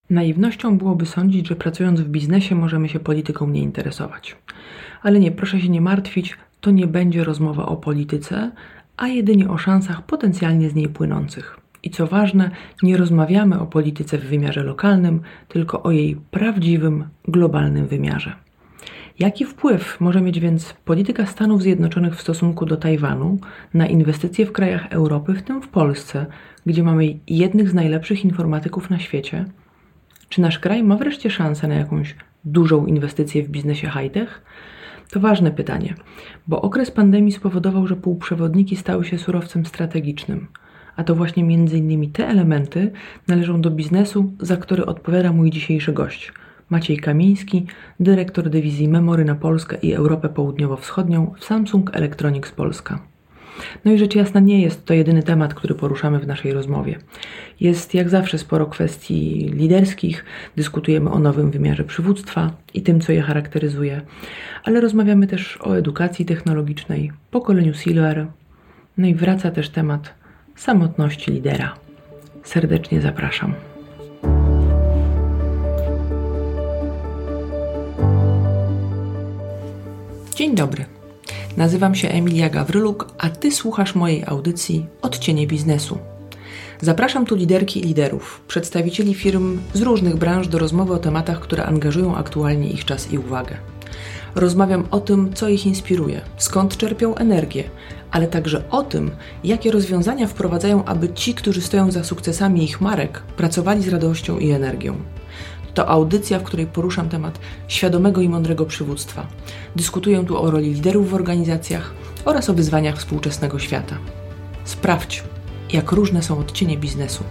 Naiwnością byłoby sądzić, że pracując w biznesie możemy się polityką nie interesować. Ale nie, proszę się nie martwić, to nie będzie rozmowa o polityce, a jedynie o szansach potencjalnie z niej płynących. I co ważne, nie rozmawiamy o polityce w wymiarze lokalnym, tylko o jej prawdziwym, globalnym wymiarze. Jaki wpływ może mieć więc polityka Stanów Zjednoczonych w stosunku do Tajwanu na inwestycje w krajach Europy, w tym w Polsce, gdzie mamy jednych z najlepszych informatyków na świecie? Czy nasz kraj ma wreszcie szansę na jakąś dużą inwestycję w biznesie high-tech? To ważne pytanie, bo okres pandemii spowodował, że półprzewodniki stały się surowcem strategicznym. A to właśnie m.in. te elementy należą do biznesu, za który odpowiada mój dzisiejszy gość. Maciej Kamiński, dyrektor dywizji Memory na Polskę i Europę Południowo-Wschodnią w Samsung Electronics Polska. No i rzecz jasna nie jest to jedyny temat, który poruszamy w naszej rozmowie. Jest jak zawsze sporo kwestii liderskich, dyskutujemy o nowym wymiarze przywództwa i tym, co je charakteryzuje, ale rozmawiamy też o edukacji technologicznej, pokoleniu Silver, no i wraca też temat samotności lidera. Serdecznie zapraszam. Dzień dobry. Nazywam się Emilia Gawryluk, a Ty słuchasz mojej audycji Odcienie biznesu. Zapraszam tu liderki i liderów, przedstawicieli firm z różnych branż do rozmowy o tematach, które angażują aktualnie ich czas i uwagę. Rozmawiam o tym, co ich inspiruje, skąd czerpią energię, ale także o tym, jakie rozwiązania wprowadzają, aby ci, którzy stoją za sukcesami ich marek, pracowali z radością i energią. To audycja, w której poruszam temat świadomego i mądrego przywództwa. Dyskutuję tu o roli liderów w organizacjach oraz o wyzwaniach współczesnego świata. Sprawdź, jak różne są odcienie biznesu.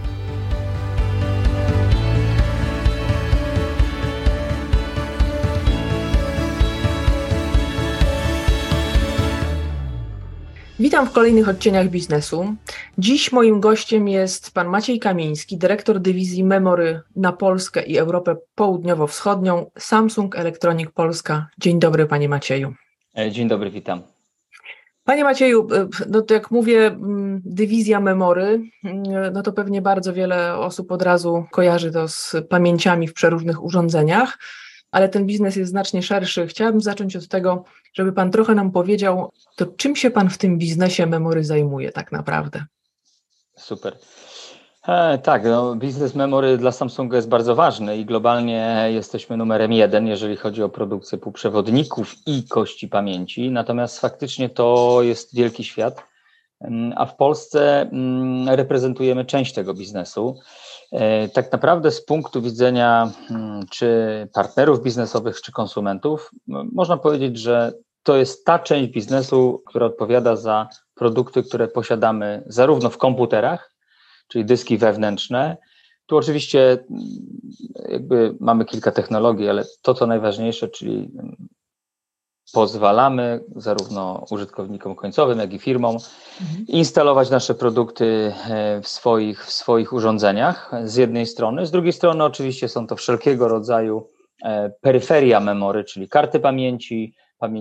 Witam w kolejnych odcieniach biznesu. Dziś moim gościem jest pan Maciej Kamiński, dyrektor dywizji Memory na Polskę i Europę Południowo-Wschodnią, Samsung Electronics Polska. Dzień dobry, panie Macieju. Dzień dobry, witam. Panie Macieju, no to jak mówię dywizja Memory, no to pewnie bardzo wiele osób od razu kojarzy to z pamięciami w przeróżnych urządzeniach, ale ten biznes jest znacznie szerszy. Chciałabym zacząć od tego, żeby pan trochę nam powiedział, to czym się pan w tym biznesie Memory zajmuje tak naprawdę? Super. Tak, biznes Memory dla Samsunga jest bardzo ważny i globalnie jesteśmy numerem 1, jeżeli chodzi o produkcję półprzewodników i kości pamięci. Natomiast faktycznie to jest wielki świat, a w Polsce reprezentujemy część tego biznesu. Tak naprawdę z punktu widzenia czy partnerów biznesowych, czy konsumentów, można powiedzieć, że to jest ta część biznesu, która odpowiada za produkty, które posiadamy zarówno w komputerach, czyli dyski wewnętrzne. Tu oczywiście jakby mamy kilka technologii, ale to, co najważniejsze, czyli pozwalamy zarówno użytkownikom końcowym, jak i firmom instalować nasze produkty w swoich urządzeniach z jednej strony. Z drugiej strony oczywiście są to wszelkiego rodzaju peryferia memory, czyli karty pamięci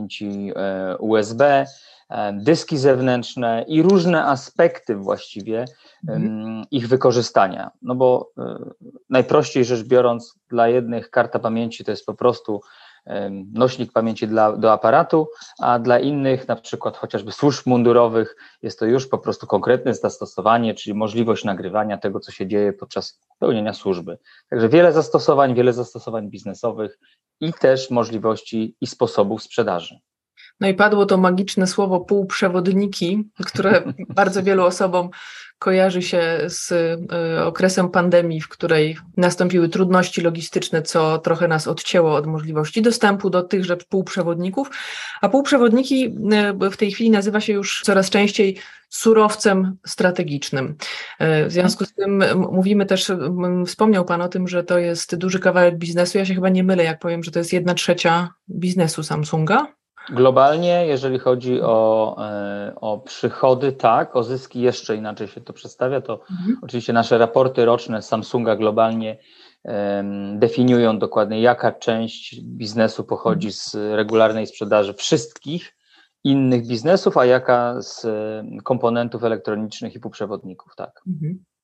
USB, dyski zewnętrzne i różne aspekty właściwie ich wykorzystania. No bo najprościej rzecz biorąc, dla jednych karta pamięci to jest po prostu nośnik pamięci do aparatu, a dla innych, na przykład chociażby służb mundurowych, jest to już po prostu konkretne zastosowanie, czyli możliwość nagrywania tego, co się dzieje podczas pełnienia służby. Także wiele zastosowań biznesowych i też możliwości i sposobów sprzedaży. No i padło to magiczne słowo półprzewodniki, które bardzo wielu osobom kojarzy się z okresem pandemii, w której nastąpiły trudności logistyczne, co trochę nas odcięło od możliwości dostępu do tychże półprzewodników, a półprzewodniki w tej chwili nazywa się już coraz częściej surowcem strategicznym. W związku z tym mówimy też, wspomniał pan o tym, że to jest duży kawałek biznesu. Ja się chyba nie mylę, jak powiem, że to jest 1/3 biznesu Samsunga. Globalnie, jeżeli chodzi o przychody, tak, o zyski jeszcze inaczej się to przedstawia, to oczywiście nasze raporty roczne Samsunga globalnie definiują dokładnie, jaka część biznesu pochodzi z regularnej sprzedaży wszystkich innych biznesów, a jaka z komponentów elektronicznych i półprzewodników, tak.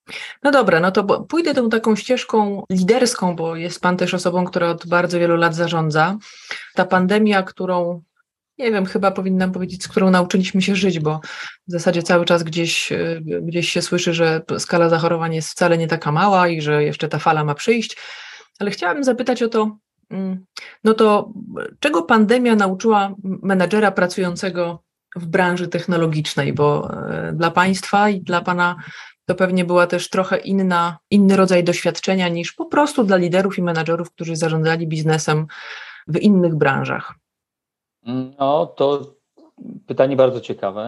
No dobra, no to pójdę tą taką ścieżką liderską, bo jest Pan też osobą, która od bardzo wielu lat zarządza. Ta pandemia, którą, nie wiem, chyba powinnam powiedzieć, z którą nauczyliśmy się żyć, bo w zasadzie cały czas gdzieś się słyszy, że skala zachorowań jest wcale nie taka mała i że jeszcze ta fala ma przyjść. Ale chciałabym zapytać o to, no to czego pandemia nauczyła menadżera pracującego w branży technologicznej, bo dla Państwa i dla Pana to pewnie była też trochę inny rodzaj doświadczenia niż po prostu dla liderów i menadżerów, którzy zarządzali biznesem w innych branżach. No, to pytanie bardzo ciekawe,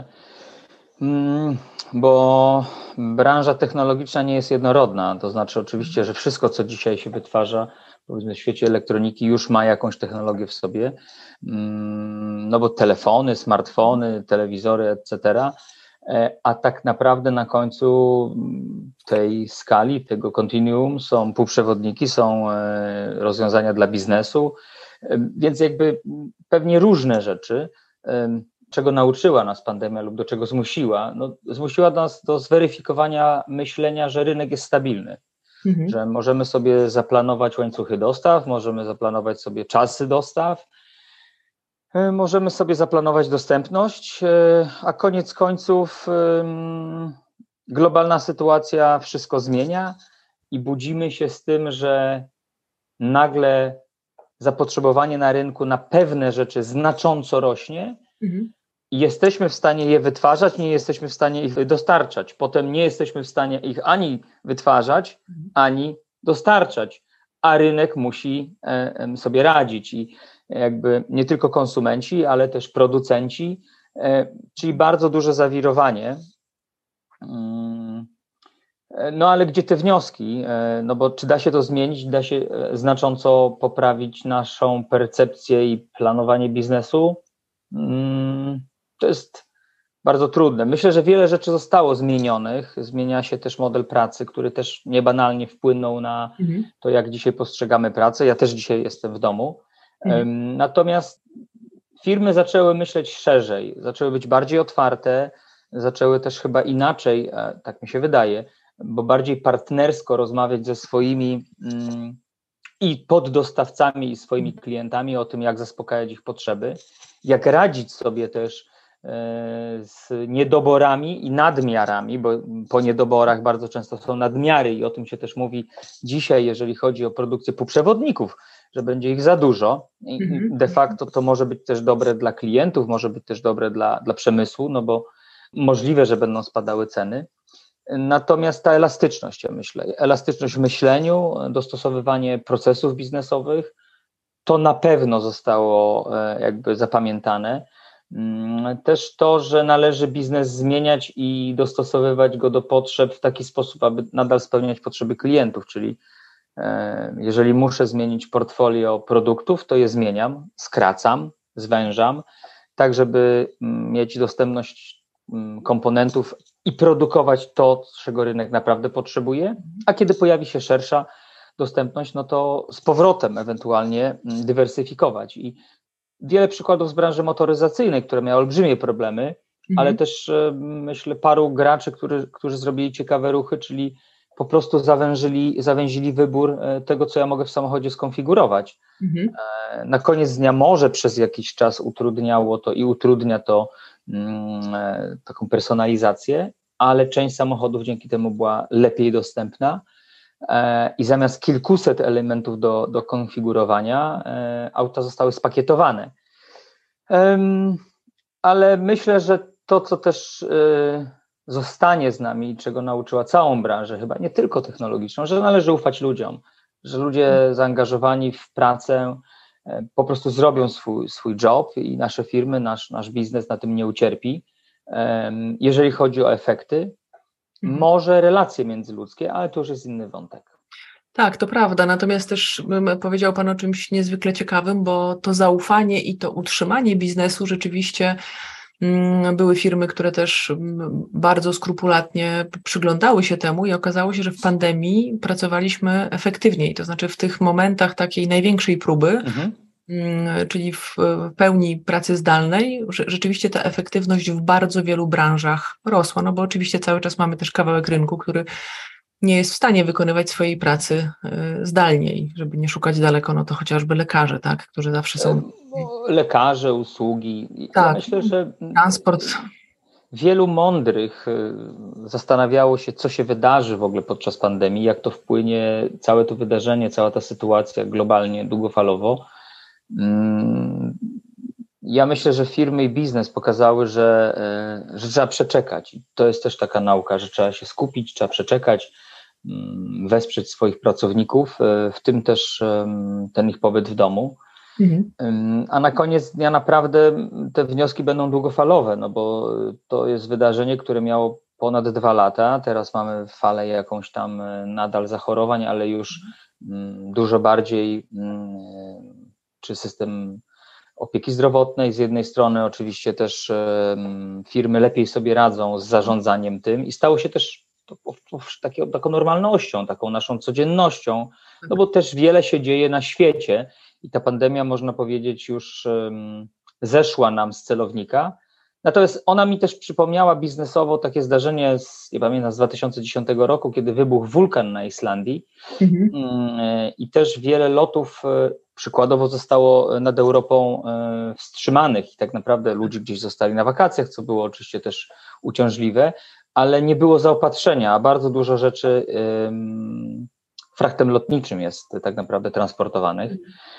bo branża technologiczna nie jest jednorodna. To znaczy oczywiście, że wszystko, co dzisiaj się wytwarza, powiedzmy w świecie elektroniki, już ma jakąś technologię w sobie, no bo telefony, smartfony, telewizory, etc., a tak naprawdę na końcu tej skali, tego kontinuum są półprzewodniki, są rozwiązania dla biznesu, więc jakby pewnie różne rzeczy, czego nauczyła nas pandemia lub do czego zmusiła, no, zmusiła nas do zweryfikowania myślenia, że rynek jest stabilny, że możemy sobie zaplanować łańcuchy dostaw, możemy zaplanować sobie czasy dostaw, możemy sobie zaplanować dostępność, a koniec końców globalna sytuacja wszystko zmienia i budzimy się z tym, że nagle zapotrzebowanie na rynku na pewne rzeczy znacząco rośnie i jesteśmy w stanie je wytwarzać, nie jesteśmy w stanie ich dostarczać. Potem nie jesteśmy w stanie ich ani wytwarzać, ani dostarczać, a rynek musi sobie radzić i jakby nie tylko konsumenci, ale też producenci, czyli bardzo duże zawirowanie. No ale gdzie te wnioski? No bo czy da się to zmienić? Da się znacząco poprawić naszą percepcję i planowanie biznesu? To jest bardzo trudne. Myślę, że wiele rzeczy zostało zmienionych. Zmienia się też model pracy, który też niebanalnie wpłynął na to, jak dzisiaj postrzegamy pracę. Ja też dzisiaj jestem w domu. Natomiast firmy zaczęły myśleć szerzej, zaczęły być bardziej otwarte, zaczęły też chyba inaczej, tak mi się wydaje, bo bardziej partnersko rozmawiać ze swoimi i poddostawcami i swoimi klientami o tym, jak zaspokajać ich potrzeby, jak radzić sobie też z niedoborami i nadmiarami, bo po niedoborach bardzo często są nadmiary i o tym się też mówi dzisiaj, jeżeli chodzi o produkcję półprzewodników, że będzie ich za dużo i de facto to może być też dobre dla klientów, może być też dobre dla przemysłu, no bo możliwe, że będą spadały ceny. Natomiast ta elastyczność, ja myślę, elastyczność w myśleniu, dostosowywanie procesów biznesowych, to na pewno zostało jakby zapamiętane. Też to, że należy biznes zmieniać i dostosowywać go do potrzeb w taki sposób, aby nadal spełniać potrzeby klientów, czyli jeżeli muszę zmienić portfolio produktów, to je zmieniam, skracam, zwężam, tak żeby mieć dostępność komponentów i produkować to, czego rynek naprawdę potrzebuje, a kiedy pojawi się szersza dostępność, no to z powrotem ewentualnie dywersyfikować. I wiele przykładów z branży motoryzacyjnej, które miały olbrzymie problemy, ale też myślę paru graczy, którzy zrobili ciekawe ruchy, czyli po prostu zawęzili wybór tego, co ja mogę w samochodzie skonfigurować. Na koniec dnia może przez jakiś czas utrudniało to i utrudnia to taką personalizację, ale część samochodów dzięki temu była lepiej dostępna i zamiast kilkuset elementów do konfigurowania auta zostały spakietowane. Ale myślę, że to, co też zostanie z nami, czego nauczyła całą branżę, chyba nie tylko technologiczną, że należy ufać ludziom, że ludzie zaangażowani w pracę po prostu zrobią swój job i nasze firmy, nasz biznes na tym nie ucierpi. Jeżeli chodzi o efekty, może relacje międzyludzkie, ale to już jest inny wątek. Tak, to prawda, natomiast też powiedział Pan o czymś niezwykle ciekawym, bo to zaufanie i to utrzymanie biznesu rzeczywiście były firmy, które też bardzo skrupulatnie przyglądały się temu i okazało się, że w pandemii pracowaliśmy efektywniej, to znaczy w tych momentach takiej największej próby, czyli w pełni pracy zdalnej, rzeczywiście ta efektywność w bardzo wielu branżach rosła, no bo oczywiście cały czas mamy też kawałek rynku, który nie jest w stanie wykonywać swojej pracy zdalnie i żeby nie szukać daleko, no to chociażby lekarze, tak, którzy zawsze są. Lekarze, usługi. Ja Tak, myślę, że transport. wielu mądrych zastanawiało się, co się wydarzy w ogóle podczas pandemii, jak to wpłynie całe to wydarzenie, cała ta sytuacja globalnie, długofalowo. Ja myślę, że firmy i biznes pokazały, że trzeba przeczekać. I to jest też taka nauka, że trzeba się skupić, trzeba przeczekać, wesprzeć swoich pracowników, w tym też ten ich pobyt w domu. A na koniec dnia naprawdę te wnioski będą długofalowe, no bo to jest wydarzenie, które miało ponad 2 lata. Teraz mamy falę jakąś tam nadal zachorowań, ale już dużo bardziej, czy system opieki zdrowotnej z jednej strony, oczywiście też firmy lepiej sobie radzą z zarządzaniem tym i stało się też taką normalnością, taką naszą codziennością, no bo też wiele się dzieje na świecie i ta pandemia, można powiedzieć, już zeszła nam z celownika. Natomiast ona mi też przypomniała biznesowo takie zdarzenie, nie pamiętam, z 2010 roku, kiedy wybuchł wulkan na Islandii i też wiele lotów przykładowo zostało nad Europą wstrzymanych i tak naprawdę ludzie gdzieś zostali na wakacjach, co było oczywiście też uciążliwe, ale nie było zaopatrzenia, a bardzo dużo rzeczy fraktem lotniczym jest tak naprawdę transportowanych.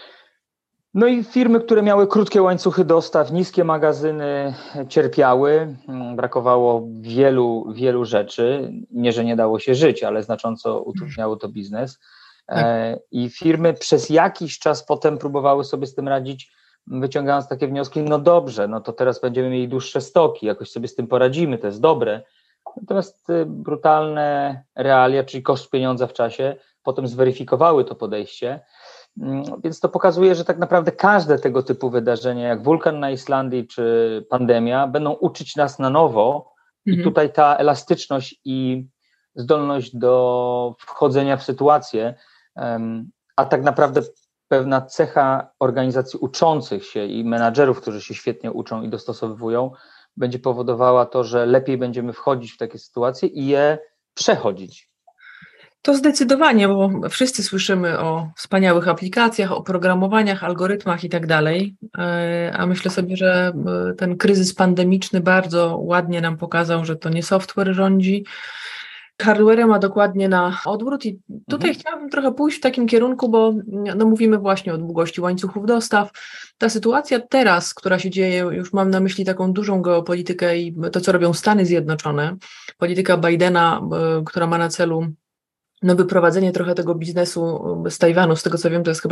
No i firmy, które miały krótkie łańcuchy dostaw, niskie magazyny, cierpiały, brakowało wielu rzeczy, nie, że nie dało się żyć, ale znacząco utrudniało to biznes. I firmy przez jakiś czas potem próbowały sobie z tym radzić, wyciągając takie wnioski, no dobrze, no to teraz będziemy mieli dłuższe stoki, jakoś sobie z tym poradzimy, to jest dobre. Natomiast brutalne realia, czyli koszt pieniądza w czasie, potem zweryfikowały to podejście, więc to pokazuje, że tak naprawdę każde tego typu wydarzenia, jak wulkan na Islandii czy pandemia, będą uczyć nas na nowo i tutaj ta elastyczność i zdolność do wchodzenia w sytuację, a tak naprawdę pewna cecha organizacji uczących się i menadżerów, którzy się świetnie uczą i dostosowują, będzie powodowała to, że lepiej będziemy wchodzić w takie sytuacje i je przechodzić. To zdecydowanie, bo wszyscy słyszymy o wspaniałych aplikacjach, o programowaniach, algorytmach i tak dalej, a myślę sobie, że ten kryzys pandemiczny bardzo ładnie nam pokazał, że to nie software rządzi hardwarem, a dokładnie na odwrót i tutaj chciałabym trochę pójść w takim kierunku, bo no mówimy właśnie o długości łańcuchów dostaw. Ta sytuacja teraz, która się dzieje, już mam na myśli taką dużą geopolitykę i to, co robią Stany Zjednoczone, polityka Bidena, która ma na celu wyprowadzenie trochę tego biznesu z Tajwanu, z tego co wiem, to jest chyba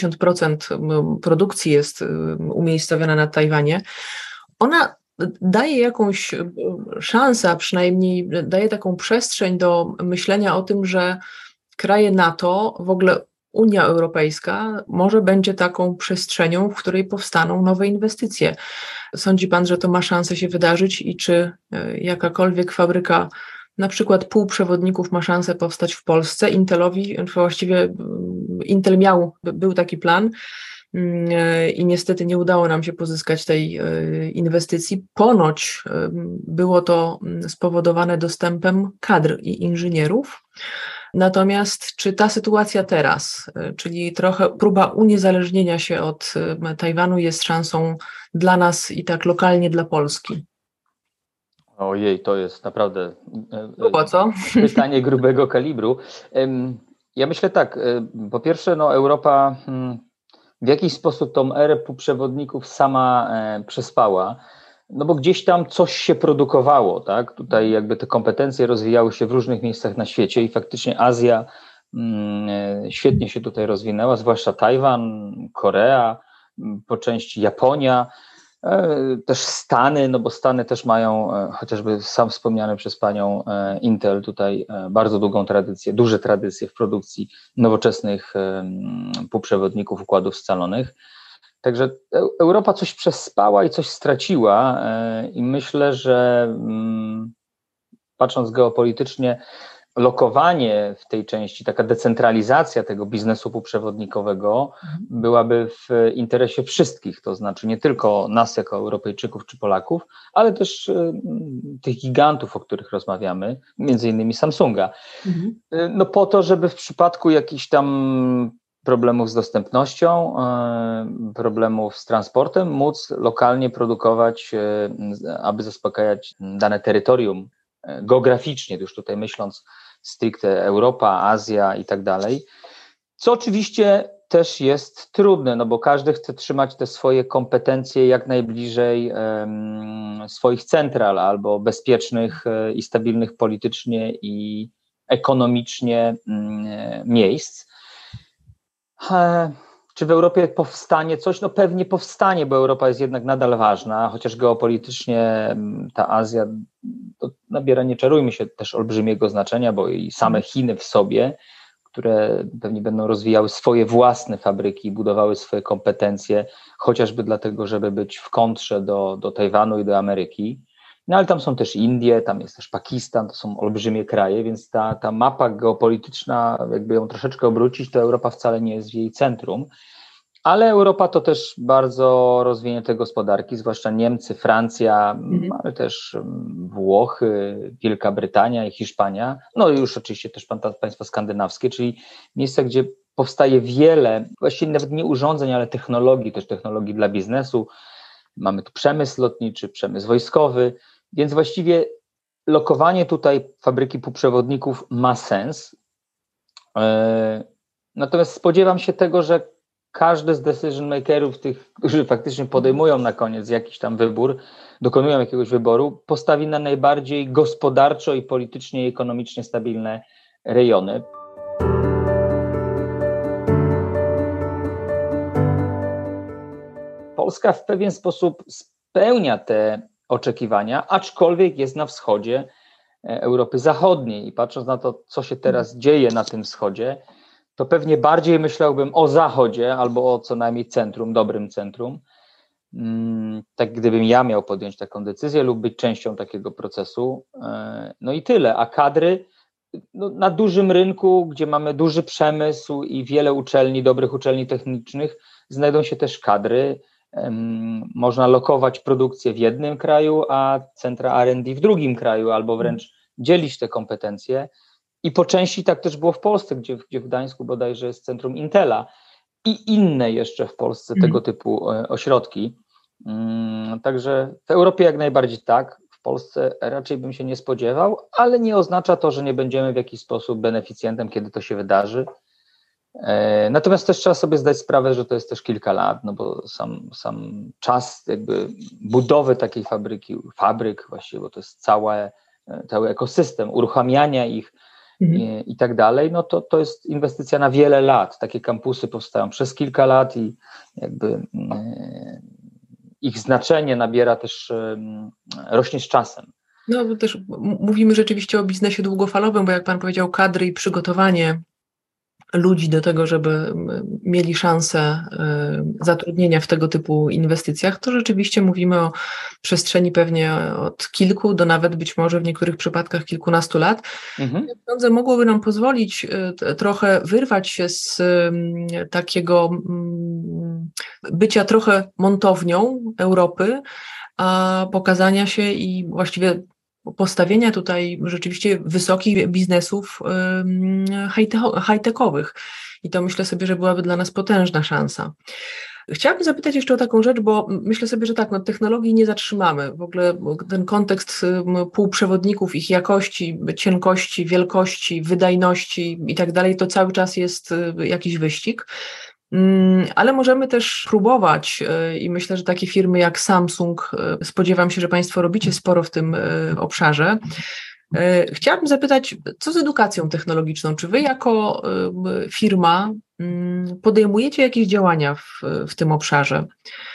70% produkcji jest umiejscowiona na Tajwanie. Ona daje jakąś szansę, a przynajmniej daje taką przestrzeń do myślenia o tym, że kraje NATO, w ogóle Unia Europejska może będzie taką przestrzenią, w której powstaną nowe inwestycje. Sądzi pan, że to ma szansę się wydarzyć i czy jakakolwiek fabryka na przykład półprzewodników ma szansę powstać w Polsce? Intelowi, właściwie Intel był taki plan i niestety nie udało nam się pozyskać tej inwestycji. Ponoć było to spowodowane dostępem kadr i inżynierów. Natomiast czy ta sytuacja teraz, czyli trochę próba uniezależnienia się od Tajwanu jest szansą dla nas i tak lokalnie dla Polski? Ojej, to jest naprawdę Co? pytanie grubego kalibru. Ja myślę tak, po pierwsze, Europa w jakiś sposób tą erę półprzewodników sama przespała, bo gdzieś tam coś się produkowało, tak? Tutaj jakby te kompetencje rozwijały się w różnych miejscach na świecie i faktycznie Azja świetnie się tutaj rozwinęła, zwłaszcza Tajwan, Korea, po części Japonia, też Stany, bo Stany też mają chociażby sam wspomniany przez panią Intel tutaj bardzo długą tradycję, duże tradycje w produkcji nowoczesnych półprzewodników, układów scalonych. Także Europa coś przespała i coś straciła i myślę, że patrząc geopolitycznie, lokowanie w tej części, taka decentralizacja tego biznesu półprzewodnikowego byłaby w interesie wszystkich, to znaczy nie tylko nas jako Europejczyków czy Polaków, ale też tych gigantów, o których rozmawiamy, między innymi Samsunga. No po to, żeby w przypadku jakichś tam problemów z dostępnością, problemów z transportem, móc lokalnie produkować, aby zaspokajać dane terytorium geograficznie, już tutaj myśląc stricte Europa, Azja i tak dalej, co oczywiście też jest trudne, no bo każdy chce trzymać te swoje kompetencje jak najbliżej swoich central albo bezpiecznych i stabilnych politycznie i ekonomicznie miejsc. Czy w Europie powstanie coś? No pewnie powstanie, bo Europa jest jednak nadal ważna, chociaż geopolitycznie ta Azja nabiera, nie czarujmy się, też olbrzymiego znaczenia, bo i same Chiny w sobie, które pewnie będą rozwijały swoje własne fabryki, budowały swoje kompetencje, chociażby dlatego, żeby być w kontrze do Tajwanu i do Ameryki. No ale tam są też Indie, tam jest też Pakistan, to są olbrzymie kraje, więc ta mapa geopolityczna, jakby ją troszeczkę obrócić, to Europa wcale nie jest w jej centrum. Ale Europa to też bardzo rozwinięte gospodarki, zwłaszcza Niemcy, Francja, ale też Włochy, Wielka Brytania i Hiszpania, no i już oczywiście też państwa skandynawskie, czyli miejsca, gdzie powstaje wiele, właściwie nawet nie urządzeń, ale technologii, też technologii dla biznesu. Mamy tu przemysł lotniczy, przemysł wojskowy, więc właściwie lokowanie tutaj fabryki półprzewodników ma sens. Natomiast spodziewam się tego, że każdy z decision makerów, tych, którzy faktycznie podejmują na koniec jakiś tam wybór, dokonują jakiegoś wyboru, postawi na najbardziej gospodarczo i politycznie i ekonomicznie stabilne rejony. Polska w pewien sposób spełnia te oczekiwania, aczkolwiek jest na wschodzie Europy Zachodniej i patrząc na to, co się teraz dzieje na tym wschodzie, to pewnie bardziej myślałbym o Zachodzie albo o co najmniej centrum, dobrym centrum. Tak gdybym ja miał podjąć taką decyzję lub być częścią takiego procesu. No i tyle, a kadry na dużym rynku, gdzie mamy duży przemysł i wiele uczelni, dobrych uczelni technicznych, znajdą się też kadry. Można lokować produkcję w jednym kraju, a centra R&D w drugim kraju, albo wręcz dzielić te kompetencje. I po części tak też było w Polsce, gdzie w Gdańsku bodajże jest centrum Intela i inne jeszcze w Polsce tego typu ośrodki. Także w Europie jak najbardziej tak, w Polsce raczej bym się nie spodziewał, ale nie oznacza to, że nie będziemy w jakiś sposób beneficjentem, kiedy to się wydarzy. Natomiast też trzeba sobie zdać sprawę, że to jest też kilka lat, no bo sam czas jakby budowy takiej fabryk właściwie, bo to jest cały ekosystem, uruchamiania ich i tak dalej, no to jest inwestycja na wiele lat. Takie kampusy powstają przez kilka lat i jakby ich znaczenie nabiera też, rośnie z czasem. No bo też mówimy rzeczywiście o biznesie długofalowym, bo jak pan powiedział, kadry i przygotowanie ludzi do tego, żeby mieli szansę zatrudnienia w tego typu inwestycjach, to rzeczywiście mówimy o przestrzeni pewnie od kilku do nawet być może w niektórych przypadkach kilkunastu lat. Sądzę, mogłoby nam pozwolić trochę wyrwać się z takiego bycia trochę montownią Europy, a pokazania się i właściwie postawienia tutaj rzeczywiście wysokich biznesów high-techowych. I to myślę sobie, że byłaby dla nas potężna szansa. Chciałabym zapytać jeszcze o taką rzecz, bo myślę sobie, że tak, no, technologii nie zatrzymamy. W ogóle ten kontekst półprzewodników, ich jakości, cienkości, wielkości, wydajności i tak dalej, to cały czas jest jakiś wyścig. Ale możemy też próbować i myślę, że takie firmy jak Samsung, spodziewam się, że Państwo robicie sporo w tym obszarze. Chciałabym zapytać, co z edukacją technologiczną? Czy Wy jako firma podejmujecie jakieś działania w tym obszarze?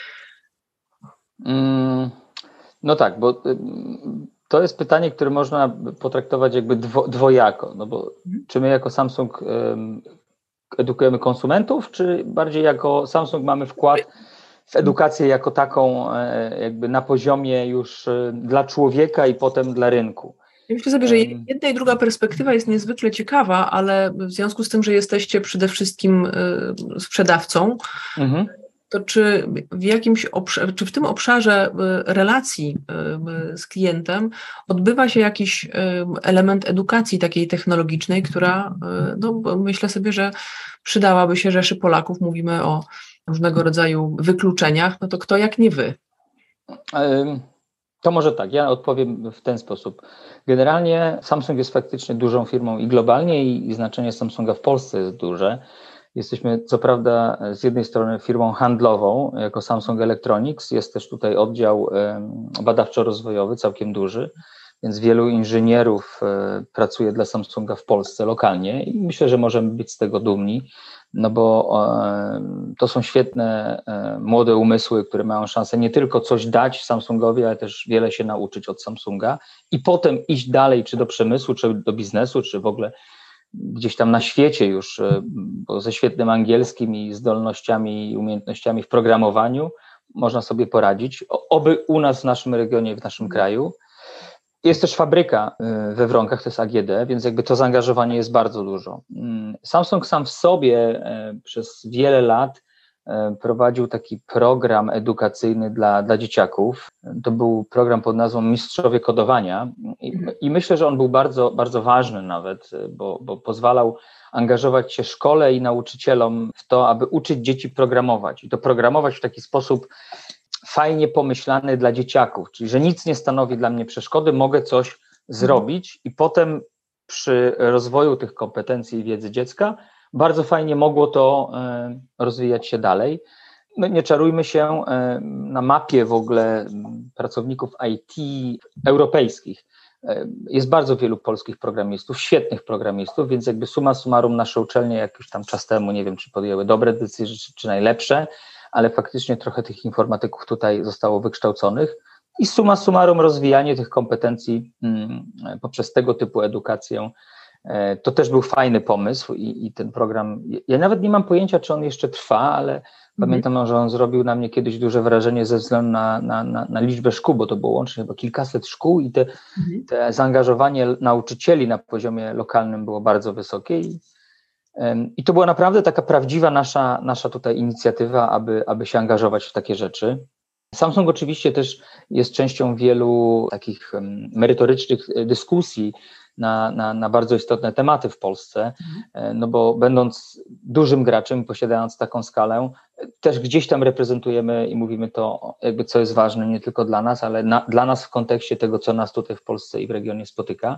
No tak, bo to jest pytanie, które można potraktować jakby dwojako, no bo czy my jako Samsung edukujemy konsumentów, czy bardziej jako Samsung mamy wkład w edukację jako taką jakby na poziomie już dla człowieka i potem dla rynku? Ja myślę sobie, że jedna i druga perspektywa jest niezwykle ciekawa, ale w związku z tym, że jesteście przede wszystkim sprzedawcą, to czy w jakimś obszarze, czy w tym obszarze relacji z klientem odbywa się jakiś element edukacji takiej technologicznej, która, no myślę sobie, że przydałaby się rzeszy Polaków, mówimy o różnego rodzaju wykluczeniach, no to kto jak nie wy? To może tak, ja odpowiem w ten sposób. Generalnie Samsung jest faktycznie dużą firmą i globalnie i znaczenie Samsunga w Polsce jest duże. Jesteśmy co prawda z jednej strony firmą handlową jako Samsung Electronics, jest też tutaj oddział badawczo-rozwojowy całkiem duży, więc wielu inżynierów pracuje dla Samsunga w Polsce lokalnie i myślę, że możemy być z tego dumni, no bo to są świetne młode umysły, które mają szansę nie tylko coś dać Samsungowi, ale też wiele się nauczyć od Samsunga i potem iść dalej, czy do przemysłu, czy do biznesu, czy w ogóle gdzieś tam na świecie już, bo ze świetnym angielskim i zdolnościami i umiejętnościami w programowaniu można sobie poradzić, oby u nas w naszym regionie, w naszym kraju. Jest też fabryka we Wronkach, to jest AGD, więc jakby to zaangażowanie jest bardzo dużo. Samsung sam w sobie przez wiele lat prowadził taki program edukacyjny dla dzieciaków. To był program pod nazwą Mistrzowie Kodowania i myślę, że on był bardzo, bardzo ważny nawet, bo pozwalał angażować się szkole i nauczycielom w to, aby uczyć dzieci programować i to programować w taki sposób fajnie pomyślany dla dzieciaków, czyli że nic nie stanowi dla mnie przeszkody, mogę coś zrobić i potem przy rozwoju tych kompetencji i wiedzy dziecka bardzo fajnie mogło to rozwijać się dalej. No nie czarujmy się, na mapie w ogóle pracowników IT europejskich jest bardzo wielu polskich programistów, świetnych programistów, więc jakby summa summarum nasze uczelnie jak już tam czas temu, nie wiem czy podjęły dobre decyzje, czy najlepsze, ale faktycznie trochę tych informatyków tutaj zostało wykształconych i summa summarum rozwijanie tych kompetencji poprzez tego typu edukację. To też był fajny pomysł i ten program, ja nawet nie mam pojęcia, czy on jeszcze trwa, ale pamiętam, że on zrobił na mnie kiedyś duże wrażenie ze względu na liczbę szkół, bo to było łącznie chyba kilkaset szkół i te zaangażowanie nauczycieli na poziomie lokalnym było bardzo wysokie i to była naprawdę taka prawdziwa nasza tutaj inicjatywa, aby się angażować w takie rzeczy. Samsung oczywiście też jest częścią wielu takich merytorycznych dyskusji na bardzo istotne tematy w Polsce, no bo będąc dużym graczem, posiadając taką skalę, też gdzieś tam reprezentujemy i mówimy to jakby co jest ważne nie tylko dla nas, ale dla nas w kontekście tego, co nas tutaj w Polsce i w regionie spotyka.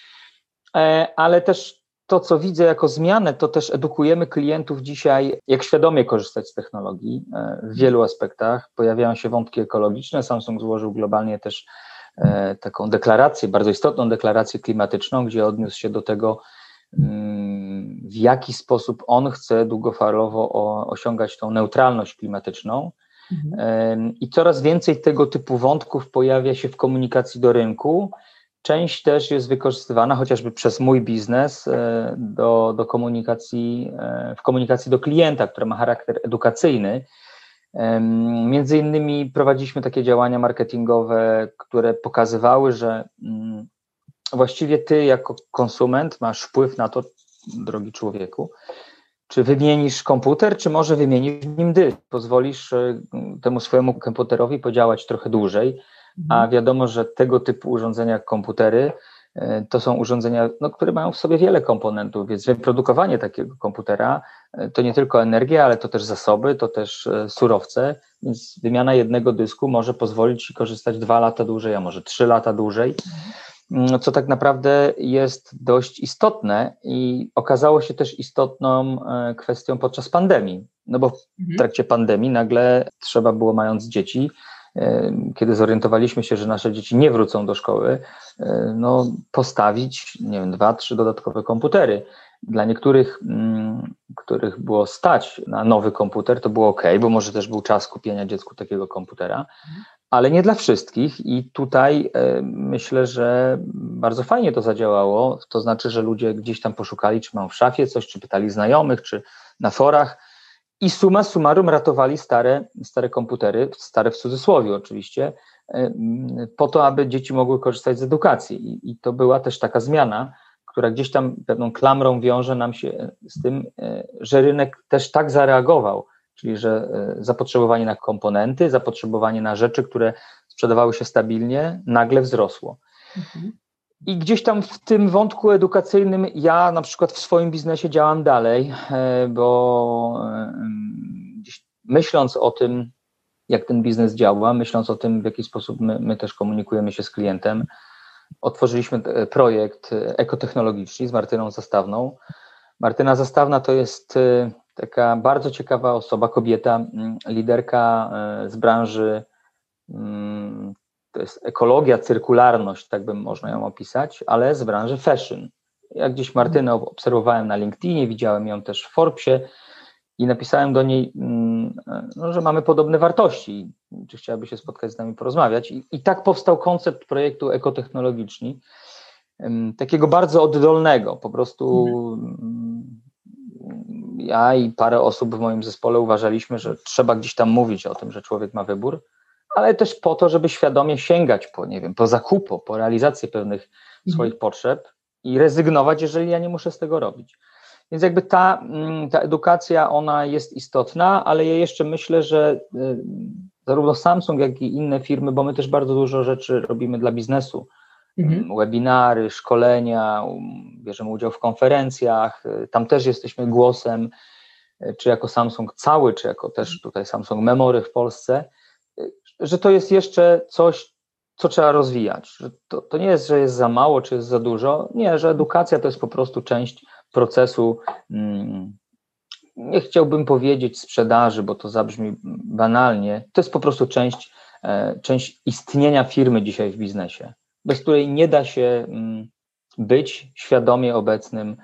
Ale też to, co widzę jako zmianę, to też edukujemy klientów dzisiaj, jak świadomie korzystać z technologii w wielu aspektach. Pojawiają się wątki ekologiczne. Samsung złożył globalnie też taką deklarację, bardzo istotną deklarację klimatyczną, gdzie odniósł się do tego, w jaki sposób on chce długofalowo osiągać tą neutralność klimatyczną. I coraz więcej tego typu wątków pojawia się w komunikacji do rynku. Część też jest wykorzystywana chociażby przez mój biznes do komunikacji, w komunikacji do klienta, która ma charakter edukacyjny. Między innymi prowadziliśmy takie działania marketingowe, które pokazywały, że właściwie ty jako konsument masz wpływ na to, drogi człowieku, czy wymienisz komputer, czy może wymienisz w nim dysk. Pozwolisz temu swojemu komputerowi podziałać trochę dłużej, a wiadomo, że tego typu urządzenia jak komputery to są urządzenia, które mają w sobie wiele komponentów, więc wyprodukowanie takiego komputera to nie tylko energia, ale to też zasoby, to też surowce, więc wymiana jednego dysku może pozwolić ci korzystać 2 lata dłużej, a może 3 lata dłużej, co tak naprawdę jest dość istotne i okazało się też istotną kwestią podczas pandemii, no bo w trakcie pandemii nagle trzeba było, mając dzieci, kiedy zorientowaliśmy się, że nasze dzieci nie wrócą do szkoły, postawić, 2-3 dodatkowe komputery. Dla niektórych, których było stać na nowy komputer, to było okej, bo może też był czas kupienia dziecku takiego komputera, ale nie dla wszystkich i tutaj myślę, że bardzo fajnie to zadziałało, to znaczy, że ludzie gdzieś tam poszukali, czy mają w szafie coś, czy pytali znajomych, czy na forach i summa summarum ratowali stare komputery, stare w cudzysłowie oczywiście, po to, aby dzieci mogły korzystać z edukacji. I to była też taka zmiana, która gdzieś tam pewną klamrą wiąże nam się z tym, że rynek też tak zareagował, czyli że zapotrzebowanie na komponenty, zapotrzebowanie na rzeczy, które sprzedawały się stabilnie, nagle wzrosło. I gdzieś tam w tym wątku edukacyjnym ja na przykład w swoim biznesie działam dalej, bo gdzieś myśląc o tym, jak ten biznes działa, myśląc o tym, w jaki sposób my też komunikujemy się z klientem, otworzyliśmy projekt ekotechnologiczny z Martyną Zastawną. Martyna Zastawna to jest taka bardzo ciekawa osoba, kobieta, liderka z branży, to jest ekologia, cyrkularność, tak bym można ją opisać, ale z branży fashion. Ja gdzieś Martynę obserwowałem na LinkedInie, widziałem ją też w Forbesie i napisałem do niej, że mamy podobne wartości, czy chciałaby się spotkać z nami, porozmawiać. I tak powstał koncept projektu ekotechnologiczni, takiego bardzo oddolnego. Po prostu ja i parę osób w moim zespole uważaliśmy, że trzeba gdzieś tam mówić o tym, że człowiek ma wybór, ale też po to, żeby świadomie sięgać po, nie wiem, po zakupu, po realizację pewnych swoich potrzeb i rezygnować, jeżeli ja nie muszę z tego robić. Więc jakby ta edukacja, ona jest istotna, ale ja jeszcze myślę, że zarówno Samsung, jak i inne firmy, bo my też bardzo dużo rzeczy robimy dla biznesu, webinary, szkolenia, bierzemy udział w konferencjach, tam też jesteśmy głosem, czy jako Samsung cały, czy jako też tutaj Samsung Memory w Polsce, że to jest jeszcze coś, co trzeba rozwijać. Że to nie jest, że jest za mało, czy jest za dużo. Nie, że edukacja to jest po prostu część procesu, nie chciałbym powiedzieć sprzedaży, bo to zabrzmi banalnie, to jest po prostu część istnienia firmy dzisiaj w biznesie, bez której nie da się być świadomie obecnym,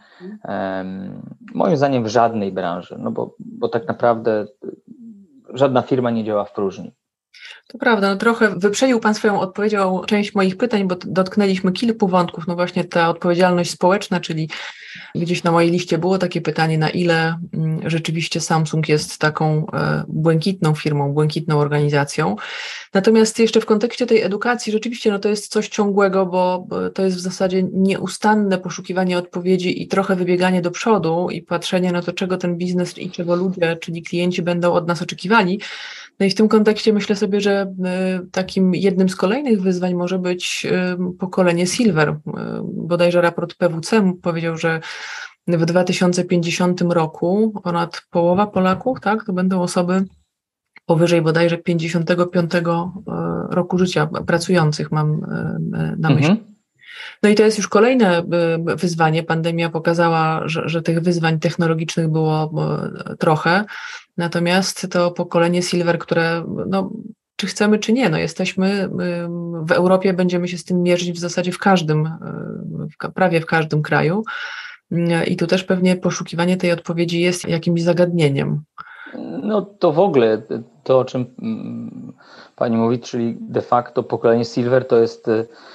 moim zdaniem w żadnej branży, no bo tak naprawdę żadna firma nie działa w próżni. To prawda, no trochę wyprzedził Pan swoją odpowiedzią część moich pytań, bo dotknęliśmy kilku wątków. No właśnie ta odpowiedzialność społeczna, czyli gdzieś na mojej liście było takie pytanie, na ile rzeczywiście Samsung jest taką błękitną firmą, błękitną organizacją. Natomiast jeszcze w kontekście tej edukacji rzeczywiście no to jest coś ciągłego, bo to jest w zasadzie nieustanne poszukiwanie odpowiedzi i trochę wybieganie do przodu i patrzenie na to, czego ten biznes i czego ludzie, czyli klienci będą od nas oczekiwali. No i w tym kontekście myślę sobie, że takim jednym z kolejnych wyzwań może być pokolenie Silver. Bodajże raport PwC powiedział, że w 2050 roku ponad połowa Polaków, tak, to będą osoby powyżej bodajże 55 roku życia pracujących, mam na myśli. No i to jest już kolejne wyzwanie. Pandemia pokazała, że tych wyzwań technologicznych było trochę, natomiast to pokolenie Silver, które no, czy chcemy, czy nie, no jesteśmy w Europie, będziemy się z tym mierzyć w zasadzie prawie w każdym kraju i tu też pewnie poszukiwanie tej odpowiedzi jest jakimś zagadnieniem. No to w ogóle to, o czym Pani mówi, czyli de facto pokolenie Silver to jest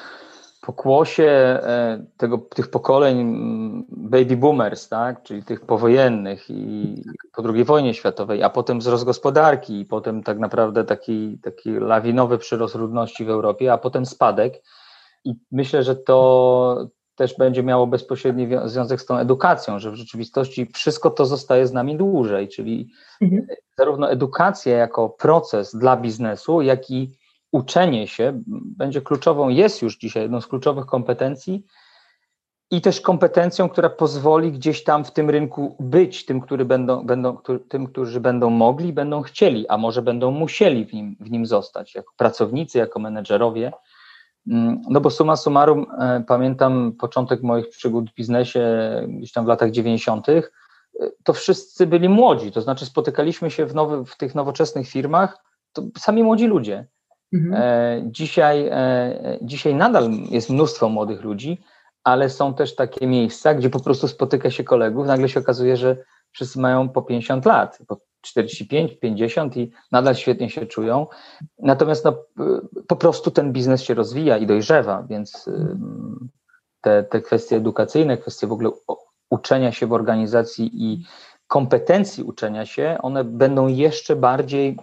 pokłosie tych pokoleń baby boomers, tak? Czyli tych powojennych i po II wojnie światowej, a potem wzrost gospodarki i potem tak naprawdę taki lawinowy przyrost ludności w Europie, a potem spadek. I myślę, że to też będzie miało bezpośredni związek z tą edukacją, że w rzeczywistości wszystko to zostaje z nami dłużej, czyli zarówno edukacja jako proces dla biznesu, jak i uczenie się będzie kluczową, jest już dzisiaj jedną z kluczowych kompetencji i też kompetencją, która pozwoli gdzieś tam w tym rynku być tym, którzy będą mogli, będą chcieli, a może będą musieli w nim zostać, jako pracownicy, jako menedżerowie. No bo summa summarum, pamiętam początek moich przygód w biznesie gdzieś tam w latach 90., to wszyscy byli młodzi, to znaczy spotykaliśmy się w tych nowoczesnych firmach, to sami młodzi ludzie. Dzisiaj nadal jest mnóstwo młodych ludzi, ale są też takie miejsca, gdzie po prostu spotyka się kolegów, nagle się okazuje, że wszyscy mają po 50 lat, po 45, 50 i nadal świetnie się czują. Natomiast no, po prostu ten biznes się rozwija i dojrzewa, więc te kwestie edukacyjne, kwestie w ogóle uczenia się w organizacji i kompetencji uczenia się, one będą jeszcze bardziej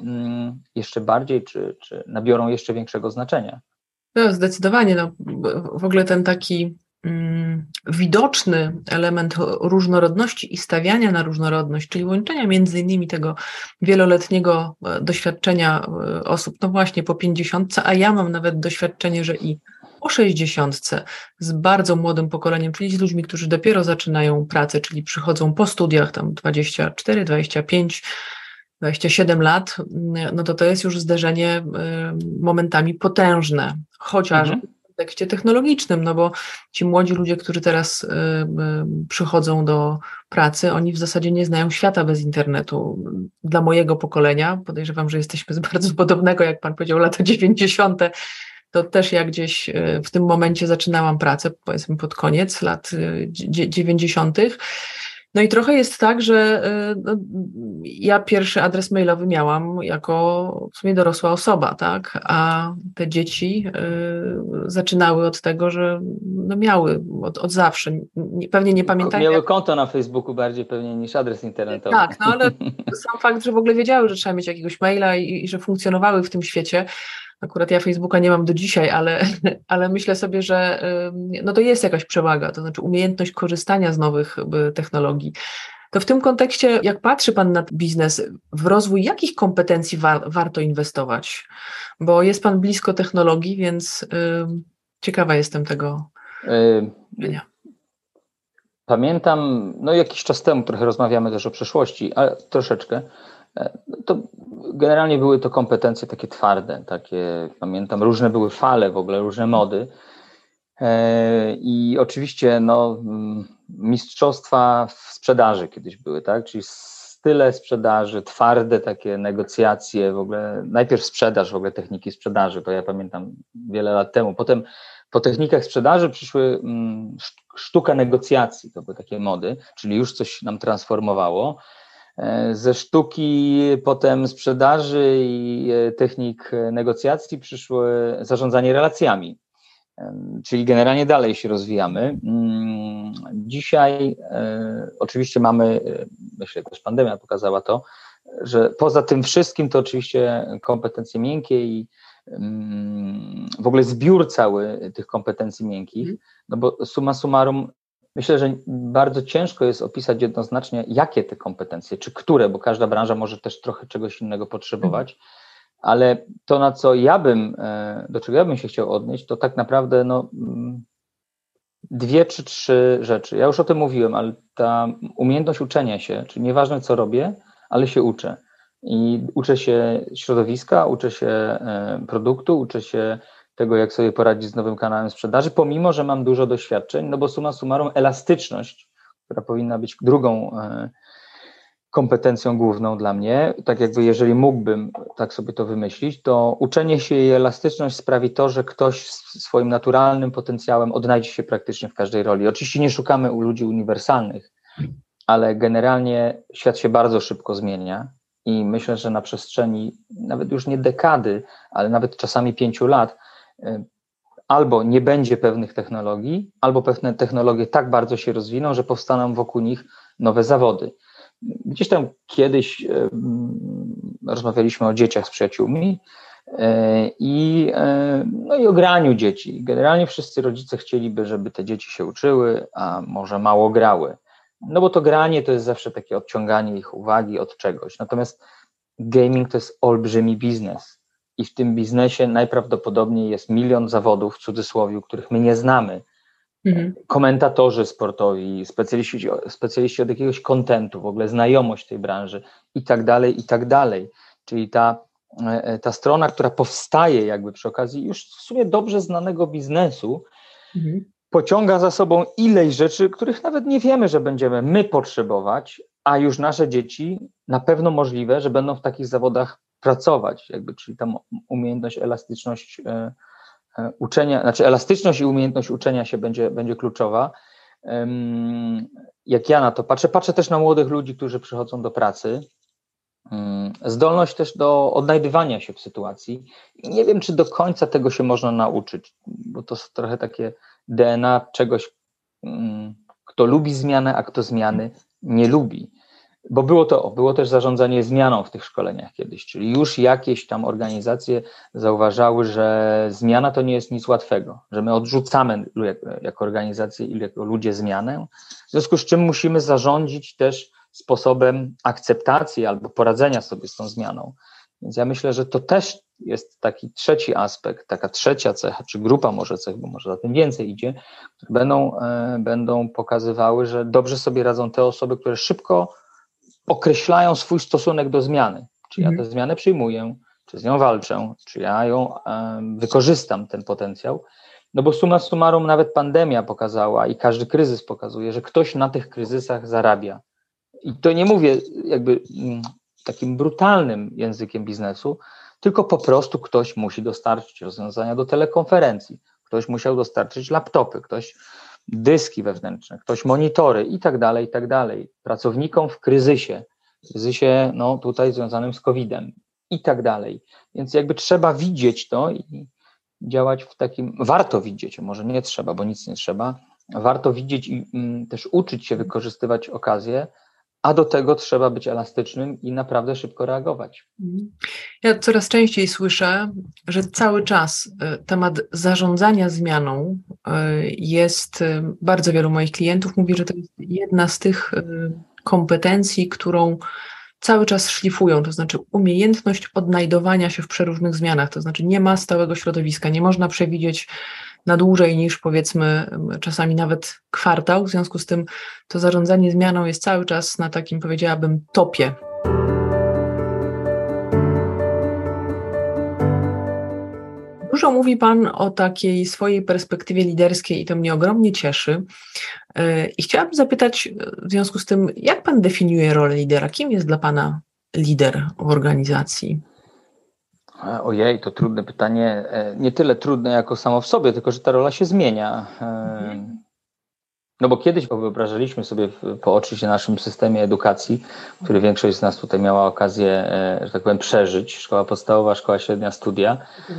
czy nabiorą jeszcze większego znaczenia. No, zdecydowanie. No, w ogóle ten taki widoczny element różnorodności i stawiania na różnorodność, czyli łączenia między innymi tego wieloletniego doświadczenia osób, no właśnie po 50, a ja mam nawet doświadczenie, że i po 60 z bardzo młodym pokoleniem, czyli z ludźmi, którzy dopiero zaczynają pracę, czyli przychodzą po studiach tam 24, 25, 27 lat, no to jest już zderzenie momentami potężne, chociaż w kontekście technologicznym, no bo ci młodzi ludzie, którzy teraz przychodzą do pracy, oni w zasadzie nie znają świata bez internetu. Dla mojego pokolenia, podejrzewam, że jesteśmy z bardzo podobnego, jak pan powiedział, lata 90., to też ja gdzieś w tym momencie zaczynałam pracę, powiedzmy pod koniec lat 90. No i trochę jest tak, że ja pierwszy adres mailowy miałam jako w sumie dorosła osoba, tak? A te dzieci zaczynały od tego, że no miały od zawsze, pewnie nie pamiętają. Miały konto na Facebooku bardziej pewnie niż adres internetowy. Tak, no ale sam fakt, że w ogóle wiedziały, że trzeba mieć jakiegoś maila i że funkcjonowały w tym świecie. Akurat ja Facebooka nie mam do dzisiaj, ale myślę sobie, że no to jest jakaś przewaga, to znaczy umiejętność korzystania z nowych technologii. To w tym kontekście, jak patrzy pan na biznes, w rozwój jakich kompetencji warto inwestować? Bo jest pan blisko technologii, więc ciekawa jestem tego. Pamiętam, no jakiś czas temu trochę rozmawiamy też o przeszłości, ale troszeczkę. To generalnie były to kompetencje takie twarde, takie, pamiętam, różne były fale w ogóle, różne mody i oczywiście no, mistrzostwa w sprzedaży kiedyś były, tak, czyli style sprzedaży, twarde takie negocjacje, w ogóle najpierw sprzedaż, w ogóle techniki sprzedaży, to ja pamiętam wiele lat temu, potem po technikach sprzedaży przyszły sztuka negocjacji, to były takie mody, czyli już coś nam transformowało. Ze sztuki potem sprzedaży i technik negocjacji przyszło zarządzanie relacjami, czyli generalnie dalej się rozwijamy. Dzisiaj oczywiście mamy, myślę, też pandemia pokazała to, że poza tym wszystkim to oczywiście kompetencje miękkie i w ogóle zbiór cały tych kompetencji miękkich, no bo summa summarum myślę, że bardzo ciężko jest opisać jednoznacznie, jakie te kompetencje, czy które, bo każda branża może też trochę czegoś innego potrzebować, ale to, do czego ja bym się chciał odnieść, to tak naprawdę no, 2 czy 3 rzeczy. Ja już o tym mówiłem, ale ta umiejętność uczenia się, czyli nieważne co robię, ale się uczę. I uczę się środowiska, uczę się produktu, uczę się tego, jak sobie poradzić z nowym kanałem sprzedaży, pomimo że mam dużo doświadczeń, no bo summa summarum elastyczność, która powinna być drugą kompetencją główną dla mnie, tak jakby jeżeli mógłbym tak sobie to wymyślić, to uczenie się i elastyczność sprawi to, że ktoś swoim naturalnym potencjałem odnajdzie się praktycznie w każdej roli. Oczywiście nie szukamy u ludzi uniwersalnych, ale generalnie świat się bardzo szybko zmienia i myślę, że na przestrzeni nawet już nie dekady, ale nawet czasami 5 lat albo nie będzie pewnych technologii, albo pewne technologie tak bardzo się rozwiną, że powstaną wokół nich nowe zawody. Gdzieś tam kiedyś rozmawialiśmy o dzieciach z przyjaciółmi i o graniu dzieci. Generalnie wszyscy rodzice chcieliby, żeby te dzieci się uczyły, a może mało grały. No bo to granie to jest zawsze takie odciąganie ich uwagi od czegoś. Natomiast gaming to jest olbrzymi biznes i w tym biznesie najprawdopodobniej jest 1 000 000 zawodów, w cudzysłowie, których my nie znamy. Komentatorzy sportowi, specjaliści od jakiegoś kontentu, w ogóle znajomość tej branży i tak dalej, i tak dalej. Czyli ta strona, która powstaje jakby przy okazji już w sumie dobrze znanego biznesu, pociąga za sobą ileś rzeczy, których nawet nie wiemy, że będziemy my potrzebować, a już nasze dzieci na pewno możliwe, że będą w takich zawodach pracować, jakby, czyli ta umiejętność, elastyczność uczenia, znaczy elastyczność i umiejętność uczenia się będzie kluczowa. Jak ja na to patrzę też na młodych ludzi, którzy przychodzą do pracy, zdolność też do odnajdywania się w sytuacji. Nie wiem, czy do końca tego się można nauczyć, bo to jest trochę takie DNA czegoś, kto lubi zmianę, a kto zmiany nie lubi. Bo było też zarządzanie zmianą w tych szkoleniach kiedyś, czyli już jakieś tam organizacje zauważały, że zmiana to nie jest nic łatwego, że my odrzucamy jako organizacje i jako ludzie zmianę, w związku z czym musimy zarządzić też sposobem akceptacji albo poradzenia sobie z tą zmianą. Więc ja myślę, że to też jest taki trzeci aspekt, taka trzecia cecha, czy grupa może cech, bo może za tym więcej idzie, które będą pokazywały, że dobrze sobie radzą te osoby, które szybko określają swój stosunek do zmiany. Czy ja tę zmianę przyjmuję, czy z nią walczę, czy ja ją wykorzystam, ten potencjał. No bo summa summarum nawet pandemia pokazała i każdy kryzys pokazuje, że ktoś na tych kryzysach zarabia. I to nie mówię jakby takim brutalnym językiem biznesu, tylko po prostu ktoś musi dostarczyć rozwiązania do telekonferencji, ktoś musiał dostarczyć laptopy, ktoś dyski wewnętrzne, ktoś monitory i tak dalej, i tak dalej. Pracownikom w kryzysie no tutaj związanym z COVID-em i tak dalej. Więc jakby trzeba widzieć to i działać w takim, warto widzieć, może nie trzeba, bo nic nie trzeba, warto widzieć i też uczyć się wykorzystywać okazje, a do tego trzeba być elastycznym i naprawdę szybko reagować. Ja coraz częściej słyszę, że cały czas temat zarządzania zmianą jest, bardzo wielu moich klientów mówi, że to jest jedna z tych kompetencji, którą cały czas szlifują, to znaczy umiejętność odnajdowania się w przeróżnych zmianach, to znaczy nie ma stałego środowiska, nie można przewidzieć na dłużej niż powiedzmy czasami nawet kwartał, w związku z tym to zarządzanie zmianą jest cały czas na takim, powiedziałabym, topie. Dużo mówi Pan o takiej swojej perspektywie liderskiej i to mnie ogromnie cieszy. I chciałabym zapytać w związku z tym, jak Pan definiuje rolę lidera? Kim jest dla Pana lider w organizacji? Ojej, to trudne pytanie. Nie tyle trudne jako samo w sobie, tylko że ta rola się zmienia. No bo kiedyś wyobrażaliśmy sobie pooczyć się naszym systemie edukacji, który większość z nas tutaj miała okazję, że tak powiem, przeżyć. Szkoła podstawowa, szkoła średnia, studia.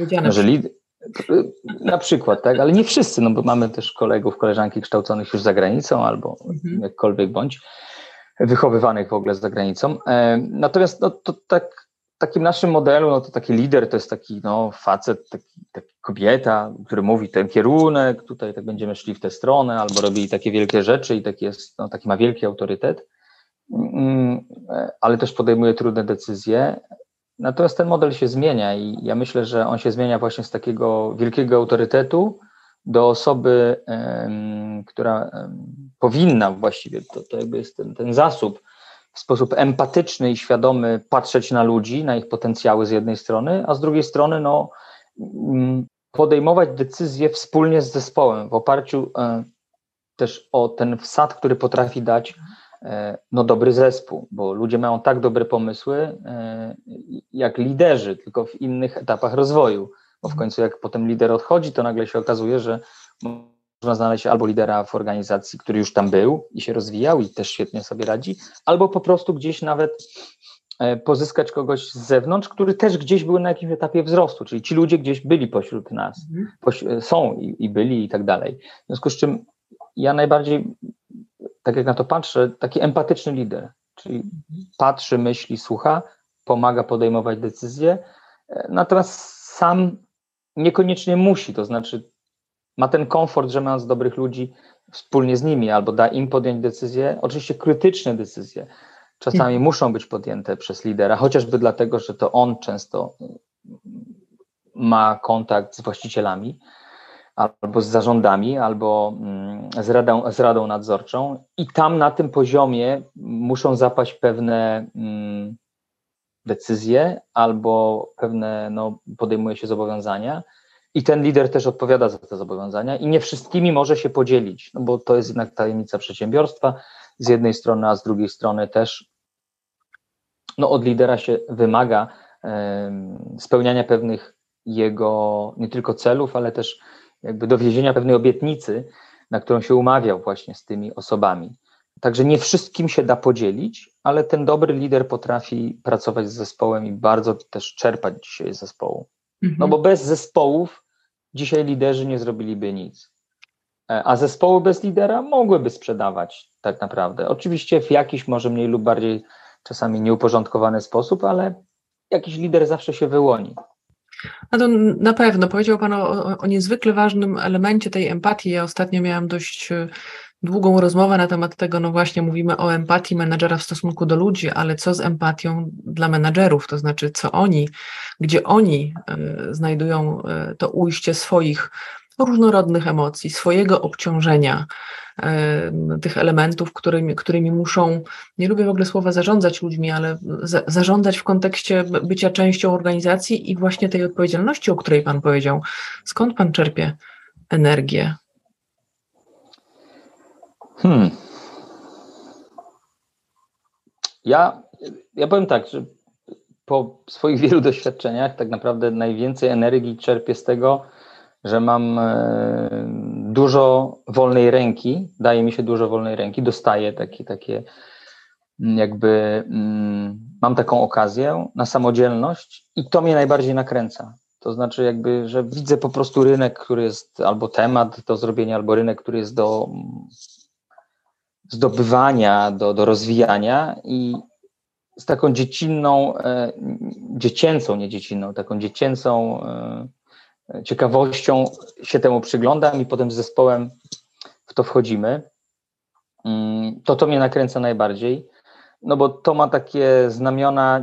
Na przykład, tak, ale nie wszyscy, no bo mamy też kolegów, koleżanki kształconych już za granicą albo jakkolwiek bądź wychowywanych w ogóle za granicą. Natomiast no, to takim naszym modelu, no to taki lider to jest taki facet, taki kobieta, który mówi ten kierunek, tutaj tak będziemy szli w tę stronę, albo robi takie wielkie rzeczy i taki ma wielki autorytet, ale też podejmuje trudne decyzje. Natomiast ten model się zmienia i ja myślę, że on się zmienia właśnie z takiego wielkiego autorytetu do osoby, która powinna właściwie, to jakby jest ten zasób, w sposób empatyczny i świadomy patrzeć na ludzi, na ich potencjały z jednej strony, a z drugiej strony podejmować decyzje wspólnie z zespołem w oparciu też o ten wsad, który potrafi dać dobry zespół, bo ludzie mają tak dobre pomysły jak liderzy, tylko w innych etapach rozwoju, bo w końcu jak potem lider odchodzi, to nagle się okazuje, że można znaleźć albo lidera w organizacji, który już tam był i się rozwijał i też świetnie sobie radzi, albo po prostu gdzieś nawet pozyskać kogoś z zewnątrz, który też gdzieś był na jakimś etapie wzrostu, czyli ci ludzie gdzieś byli pośród nas, są i byli i tak dalej. W związku z czym ja najbardziej, tak jak na to patrzę, taki empatyczny lider, czyli patrzy, myśli, słucha, pomaga podejmować decyzje, natomiast sam niekoniecznie musi, to znaczy ma ten komfort, że mając dobrych ludzi wspólnie z nimi albo da im podjąć decyzje, oczywiście krytyczne decyzje, czasami muszą być podjęte przez lidera, chociażby dlatego, że to on często ma kontakt z właścicielami, albo z zarządami, albo z radą nadzorczą i tam na tym poziomie muszą zapaść pewne decyzje albo pewne, podejmuje się zobowiązania i ten lider też odpowiada za te zobowiązania i nie wszystkimi może się podzielić, bo to jest jednak tajemnica przedsiębiorstwa z jednej strony, a z drugiej strony też od lidera się wymaga spełniania pewnych jego nie tylko celów, ale też jakby dowiezienia pewnej obietnicy, na którą się umawiał właśnie z tymi osobami. Także nie wszystkim się da podzielić, ale ten dobry lider potrafi pracować z zespołem i bardzo też czerpać dzisiaj z zespołu. Bo bez zespołów dzisiaj liderzy nie zrobiliby nic. a zespoły bez lidera mogłyby sprzedawać tak naprawdę. Oczywiście w jakiś może mniej lub bardziej czasami nieuporządkowany sposób, ale jakiś lider zawsze się wyłoni. No to na pewno. Powiedział Pan o niezwykle ważnym elemencie tej empatii. Ja ostatnio miałam dość długą rozmowę na temat tego, no właśnie mówimy o empatii menadżera w stosunku do ludzi, ale co z empatią dla menadżerów, to znaczy gdzie oni znajdują to ujście swoich różnorodnych emocji, swojego obciążenia, tych elementów, którymi muszą, nie lubię w ogóle słowa zarządzać ludźmi, ale zarządzać w kontekście bycia częścią organizacji i właśnie tej odpowiedzialności, o której Pan powiedział. Skąd Pan czerpie energię? Ja powiem tak, że po swoich wielu doświadczeniach tak naprawdę najwięcej energii czerpię z tego, że mam dużo wolnej ręki, daje mi się dużo wolnej ręki, dostaję takie jakby mam taką okazję na samodzielność i to mnie najbardziej nakręca. To znaczy jakby, że widzę po prostu rynek, który jest albo temat do zrobienia, albo rynek, który jest do zdobywania, do rozwijania i z taką taką dziecięcą ciekawością się temu przyglądam i potem z zespołem w to wchodzimy. To mnie nakręca najbardziej, no bo to ma takie znamiona,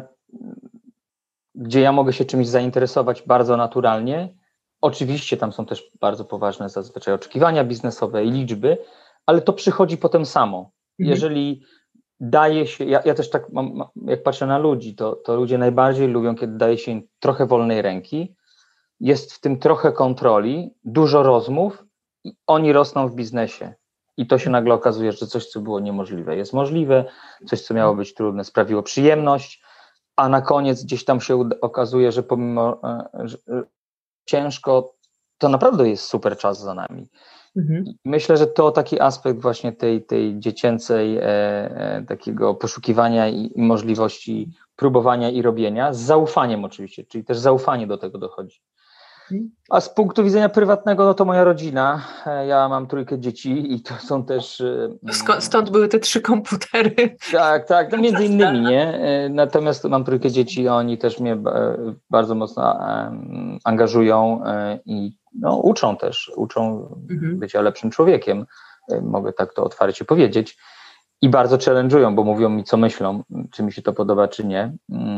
gdzie ja mogę się czymś zainteresować bardzo naturalnie. Oczywiście tam są też bardzo poważne zazwyczaj oczekiwania biznesowe i liczby, ale to przychodzi potem samo. Jeżeli daje się, ja też tak mam, jak patrzę na ludzi, to ludzie najbardziej lubią, kiedy daje się im trochę wolnej ręki, jest w tym trochę kontroli, dużo rozmów i oni rosną w biznesie. I to się nagle okazuje, że coś, co było niemożliwe, jest możliwe, coś, co miało być trudne, sprawiło przyjemność, a na koniec gdzieś tam się okazuje, że pomimo że ciężko, to naprawdę jest super czas za nami. Myślę, że to taki aspekt właśnie tej dziecięcej takiego poszukiwania i możliwości próbowania i robienia, z zaufaniem oczywiście, czyli też zaufanie do tego dochodzi. A z punktu widzenia prywatnego, no to moja rodzina, ja mam 3 dzieci i to są też... Stąd były te 3 komputery. Tak, no między innymi, nie? Natomiast mam 3 dzieci, oni też mnie bardzo mocno angażują i no, uczą bycia lepszym człowiekiem, mogę tak to otwarcie powiedzieć, i bardzo challenge'ują, bo mówią mi, co myślą, czy mi się to podoba, czy nie.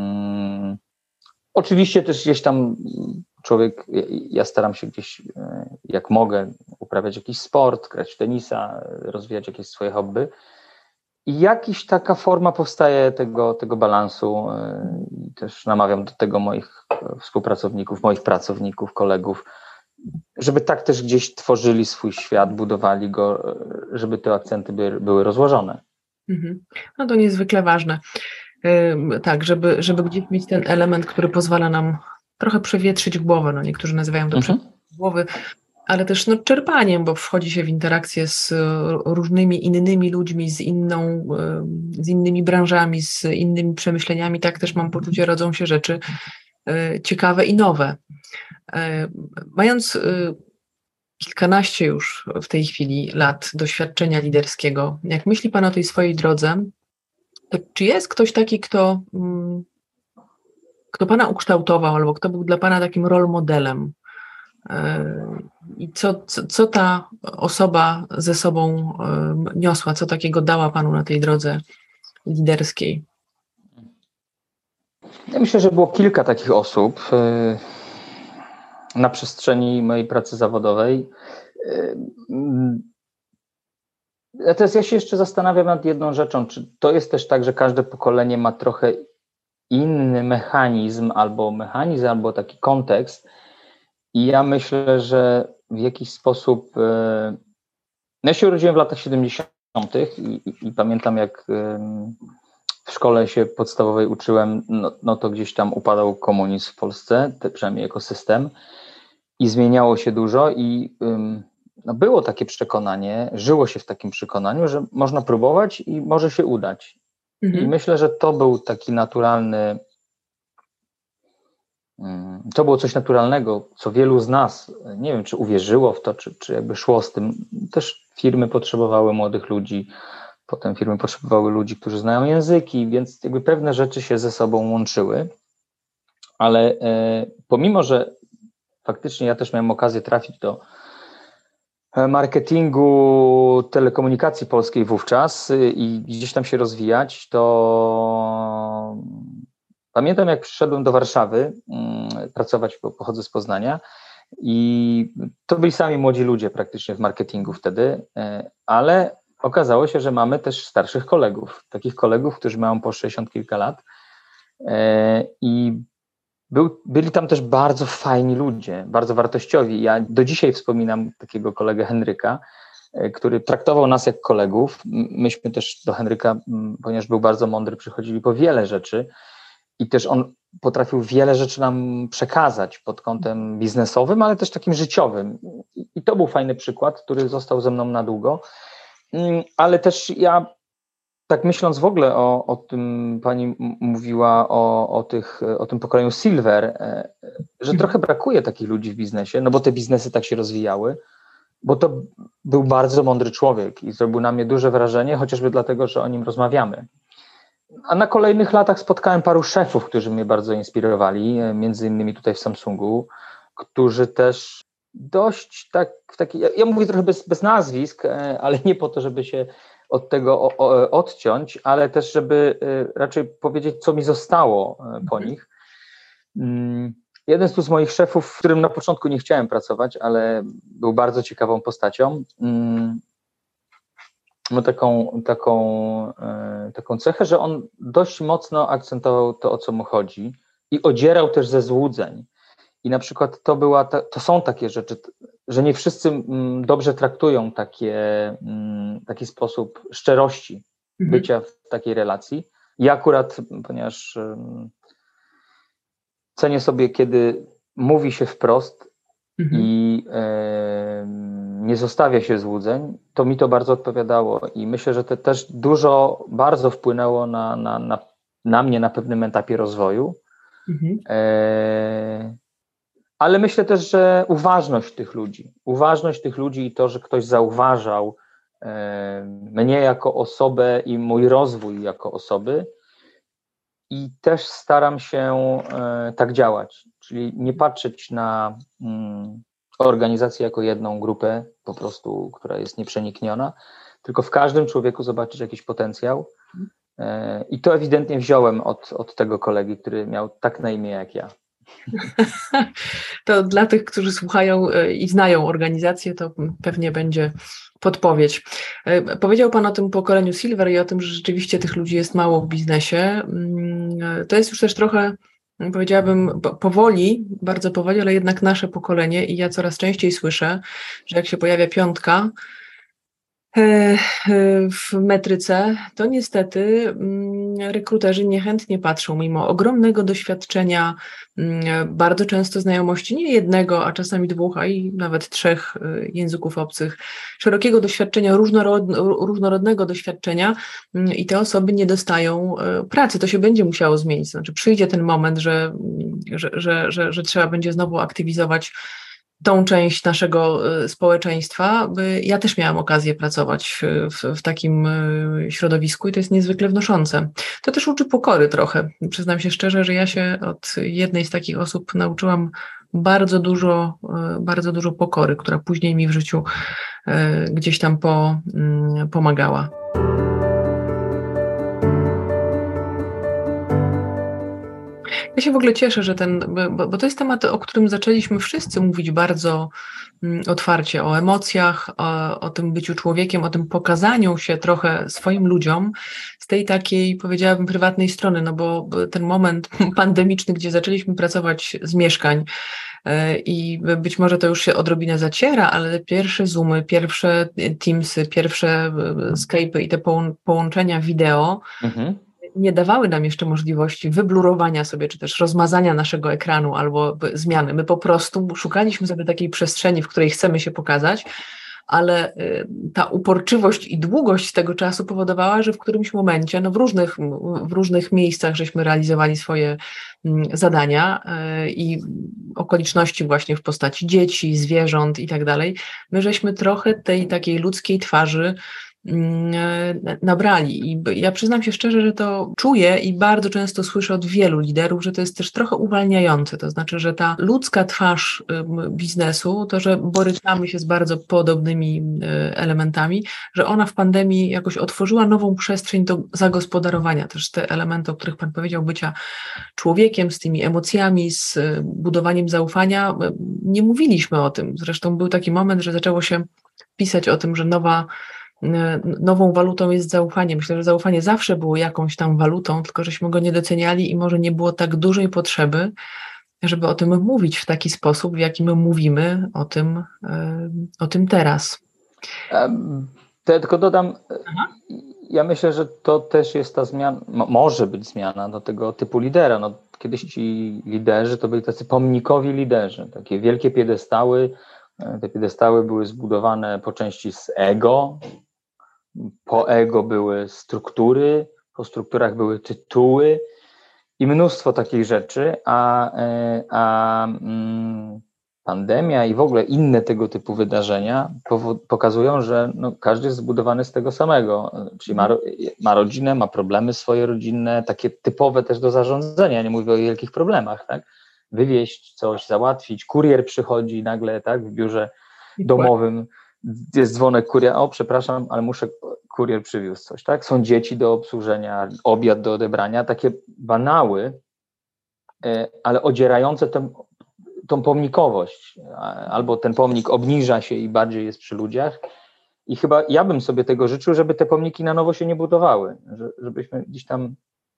Oczywiście też gdzieś tam ja staram się gdzieś, jak mogę, uprawiać jakiś sport, grać w tenisa, rozwijać jakieś swoje hobby. I jakaś taka forma powstaje tego balansu. Też namawiam do tego moich współpracowników, moich pracowników, kolegów, żeby tak też gdzieś tworzyli swój świat, budowali go, żeby te akcenty były rozłożone. No to niezwykle ważne. Tak, żeby gdzieś mieć ten element, który pozwala nam trochę przewietrzyć głowę. No, niektórzy nazywają to głowy, ale też no, czerpaniem, bo wchodzi się w interakcję z różnymi innymi ludźmi, z innymi branżami, z innymi przemyśleniami. Tak też mam poczucie, rodzą się rzeczy ciekawe i nowe. Mając kilkanaście już w tej chwili lat doświadczenia liderskiego, jak myśli Pan o tej swojej drodze, to czy jest ktoś taki, kto Pana ukształtował, albo kto był dla Pana takim role modelem? I co ta osoba ze sobą niosła, co takiego dała Panu na tej drodze liderskiej? Ja myślę, że było kilka takich osób na przestrzeni mojej pracy zawodowej. Teraz ja się jeszcze zastanawiam nad jedną rzeczą, czy to jest też tak, że każde pokolenie ma trochę inny mechanizm albo taki kontekst i ja myślę, że w jakiś sposób ja się urodziłem w latach 70. i pamiętam, jak w szkole się podstawowej uczyłem, no to gdzieś tam upadał komunizm w Polsce, przynajmniej jako system, i zmieniało się dużo i no było takie przekonanie, żyło się w takim przekonaniu, że można próbować i może się udać. I myślę, że to był taki naturalny To było coś naturalnego, co wielu z nas, nie wiem, czy uwierzyło w to, czy jakby szło z tym. Też firmy potrzebowały młodych ludzi, potem firmy potrzebowały ludzi, którzy znają języki, więc jakby pewne rzeczy się ze sobą łączyły. Ale pomimo, że faktycznie ja też miałem okazję trafić do marketingu telekomunikacji polskiej wówczas i gdzieś tam się rozwijać, to pamiętam, jak przyszedłem do Warszawy pracować, bo pochodzę z Poznania i to byli sami młodzi ludzie praktycznie w marketingu wtedy, ale okazało się, że mamy też starszych kolegów, takich kolegów, którzy mają po 60 kilka lat i byli tam też bardzo fajni ludzie, bardzo wartościowi. Ja do dzisiaj wspominam takiego kolegę Henryka, który traktował nas jak kolegów. Myśmy też do Henryka, ponieważ był bardzo mądry, przychodzili po wiele rzeczy i też on potrafił wiele rzeczy nam przekazać pod kątem biznesowym, ale też takim życiowym. I to był fajny przykład, który został ze mną na długo. Ale też ja, tak myśląc w ogóle o tym, pani mówiła o tym pokoleniu Silver, że trochę brakuje takich ludzi w biznesie, no bo te biznesy tak się rozwijały, bo to był bardzo mądry człowiek i zrobił na mnie duże wrażenie, chociażby dlatego, że o nim rozmawiamy. A na kolejnych latach spotkałem paru szefów, którzy mnie bardzo inspirowali, między innymi tutaj w Samsungu, którzy też dość tak, ja mówię trochę bez nazwisk, ale nie po to, żeby się od tego odciąć, ale też, żeby raczej powiedzieć, co mi zostało po nich. Jeden z moich szefów, w którym na początku nie chciałem pracować, ale był bardzo ciekawą postacią, ma taką cechę, że on dość mocno akcentował to, o co mu chodzi i odzierał też ze złudzeń. I na przykład to są takie rzeczy, że nie wszyscy dobrze traktują taki sposób szczerości bycia w takiej relacji. Ja akurat, ponieważ cenię sobie, kiedy mówi się wprost i nie zostawia się złudzeń, to mi to bardzo odpowiadało i myślę, że to też bardzo wpłynęło na mnie na pewnym etapie rozwoju. Ale myślę też, że uważność tych ludzi i to, że ktoś zauważał mnie jako osobę i mój rozwój jako osoby i też staram się tak działać, czyli nie patrzeć na organizację jako jedną grupę po prostu, która jest nieprzenikniona, tylko w każdym człowieku zobaczyć jakiś potencjał i to ewidentnie wziąłem od tego kolegi, który miał tak na imię jak ja. To dla tych, którzy słuchają i znają organizację, to pewnie będzie podpowiedź. Powiedział Pan o tym pokoleniu Silver i o tym, że rzeczywiście tych ludzi jest mało w biznesie. To jest już też trochę, powiedziałabym, powoli, bardzo powoli, ale jednak nasze pokolenie i ja coraz częściej słyszę, że jak się pojawia piątka w metryce, to niestety rekruterzy niechętnie patrzą, mimo ogromnego doświadczenia, bardzo często znajomości nie jednego, a czasami dwóch, a i nawet 3 języków obcych, szerokiego doświadczenia, różnorodnego doświadczenia i te osoby nie dostają pracy. To się będzie musiało zmienić. Znaczy przyjdzie ten moment, że trzeba będzie znowu aktywizować tą część naszego społeczeństwa. Ja też miałam okazję pracować w takim środowisku i to jest niezwykle wnoszące. To też uczy pokory trochę. Przyznam się szczerze, że ja się od jednej z takich osób nauczyłam bardzo dużo pokory, która później mi w życiu gdzieś tam pomagała. Ja się w ogóle cieszę, że bo to jest temat, o którym zaczęliśmy wszyscy mówić bardzo otwarcie, o emocjach, o tym byciu człowiekiem, o tym pokazaniu się trochę swoim ludziom z tej takiej, powiedziałabym, prywatnej strony, no bo ten moment pandemiczny, gdzie zaczęliśmy pracować z mieszkań i być może to już się odrobinę zaciera, ale pierwsze Zoomy, pierwsze Teamsy, pierwsze Skype'y i te połączenia wideo nie dawały nam jeszcze możliwości wyblurowania sobie, czy też rozmazania naszego ekranu albo zmiany. My po prostu szukaliśmy sobie takiej przestrzeni, w której chcemy się pokazać, ale ta uporczywość i długość tego czasu powodowała, że w którymś momencie, no w różnych miejscach żeśmy realizowali swoje zadania i okoliczności właśnie w postaci dzieci, zwierząt i tak dalej, my żeśmy trochę tej takiej ludzkiej twarzy nabrali. I ja przyznam się szczerze, że to czuję i bardzo często słyszę od wielu liderów, że to jest też trochę uwalniające. To znaczy, że ta ludzka twarz biznesu, to, że borykamy się z bardzo podobnymi elementami, że ona w pandemii jakoś otworzyła nową przestrzeń do zagospodarowania. Też te elementy, o których Pan powiedział, bycia człowiekiem, z tymi emocjami, z budowaniem zaufania. Nie mówiliśmy o tym. Zresztą był taki moment, że zaczęło się pisać o tym, że nową walutą jest zaufanie. Myślę, że zaufanie zawsze było jakąś tam walutą, tylko żeśmy go nie doceniali i może nie było tak dużej potrzeby, żeby o tym mówić w taki sposób, w jaki my mówimy o tym teraz. To ja tylko dodam, ja myślę, że to też jest ta zmiana, może być zmiana do tego typu lidera. No, kiedyś ci liderzy to byli tacy pomnikowi liderzy, takie wielkie piedestały. Te piedestały były zbudowane po części z ego, po ego były struktury, po strukturach były tytuły i mnóstwo takich rzeczy, a pandemia i w ogóle inne tego typu wydarzenia pokazują, że no, każdy jest zbudowany z tego samego, czyli ma rodzinę, ma problemy swoje rodzinne, takie typowe też do zarządzania, nie mówię o wielkich problemach, tak? Wywieźć coś, załatwić, kurier przychodzi nagle, tak, w biurze domowym, jest dzwonek kuriera, o przepraszam, ale kurier przywiózł coś, tak? Są dzieci do obsłużenia, obiad do odebrania, takie banały, ale odzierające tą pomnikowość, albo ten pomnik obniża się i bardziej jest przy ludziach i chyba ja bym sobie tego życzył, żeby te pomniki na nowo się nie budowały, żebyśmy gdzieś tam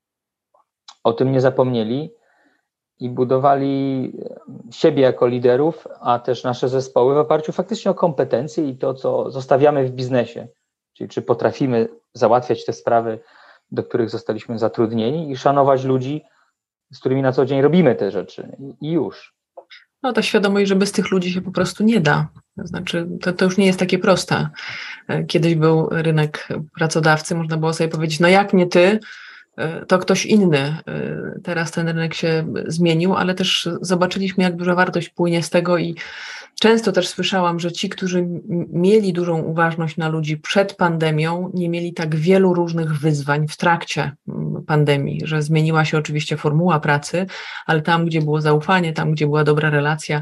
o tym nie zapomnieli i budowali siebie jako liderów, a też nasze zespoły w oparciu faktycznie o kompetencje i to, co zostawiamy w biznesie. Czyli czy potrafimy załatwiać te sprawy, do których zostaliśmy zatrudnieni i szanować ludzi, z którymi na co dzień robimy te rzeczy i już. No ta świadomość, że bez tych ludzi się po prostu nie da. To znaczy, to już nie jest takie proste. Kiedyś był rynek pracodawcy, można było sobie powiedzieć, no jak nie ty, to ktoś inny. Teraz ten rynek się zmienił, ale też zobaczyliśmy, jak duża wartość płynie z tego i często też słyszałam, że ci, którzy mieli dużą uważność na ludzi przed pandemią, nie mieli tak wielu różnych wyzwań w trakcie pandemii, że zmieniła się oczywiście formuła pracy, ale tam, gdzie było zaufanie, tam, gdzie była dobra relacja,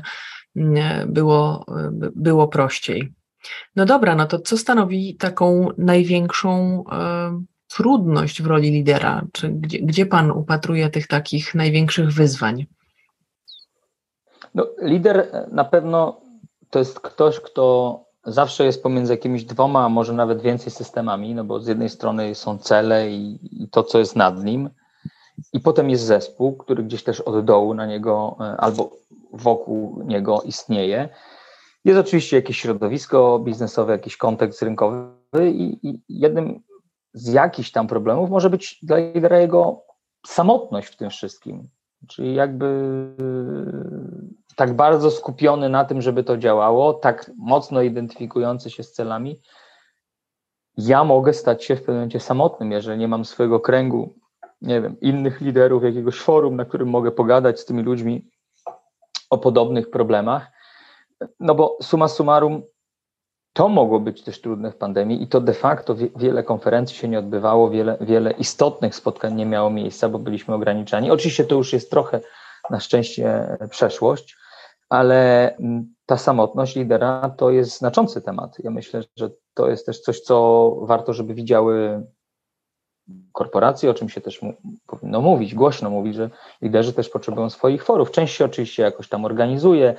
było prościej. No dobra, no to co stanowi taką największą trudność w roli lidera? Czy gdzie Pan upatruje tych takich największych wyzwań? No, lider na pewno to jest ktoś, kto zawsze jest pomiędzy jakimiś dwoma, a może nawet więcej systemami, no bo z jednej strony są cele i to, co jest nad nim, i potem jest zespół, który gdzieś też od dołu na niego albo wokół niego istnieje. Jest oczywiście jakieś środowisko biznesowe, jakiś kontekst rynkowy i jednym z jakichś tam problemów może być dla lidera jego samotność w tym wszystkim. Czyli jakby tak bardzo skupiony na tym, żeby to działało, tak mocno identyfikujący się z celami, ja mogę stać się w pewnym momencie samotnym, jeżeli nie mam swojego kręgu, nie wiem, innych liderów, jakiegoś forum, na którym mogę pogadać z tymi ludźmi o podobnych problemach. No bo summa summarum, to mogło być też trudne w pandemii i to de facto wiele konferencji się nie odbywało, wiele istotnych spotkań nie miało miejsca, bo byliśmy ograniczani. Oczywiście to już jest trochę na szczęście przeszłość, ale ta samotność lidera to jest znaczący temat. Ja myślę, że to jest też coś, co warto, żeby widziały korporacje, o czym się też powinno mówić, głośno mówić, że liderzy też potrzebują swoich forów. Część się oczywiście jakoś tam organizuje,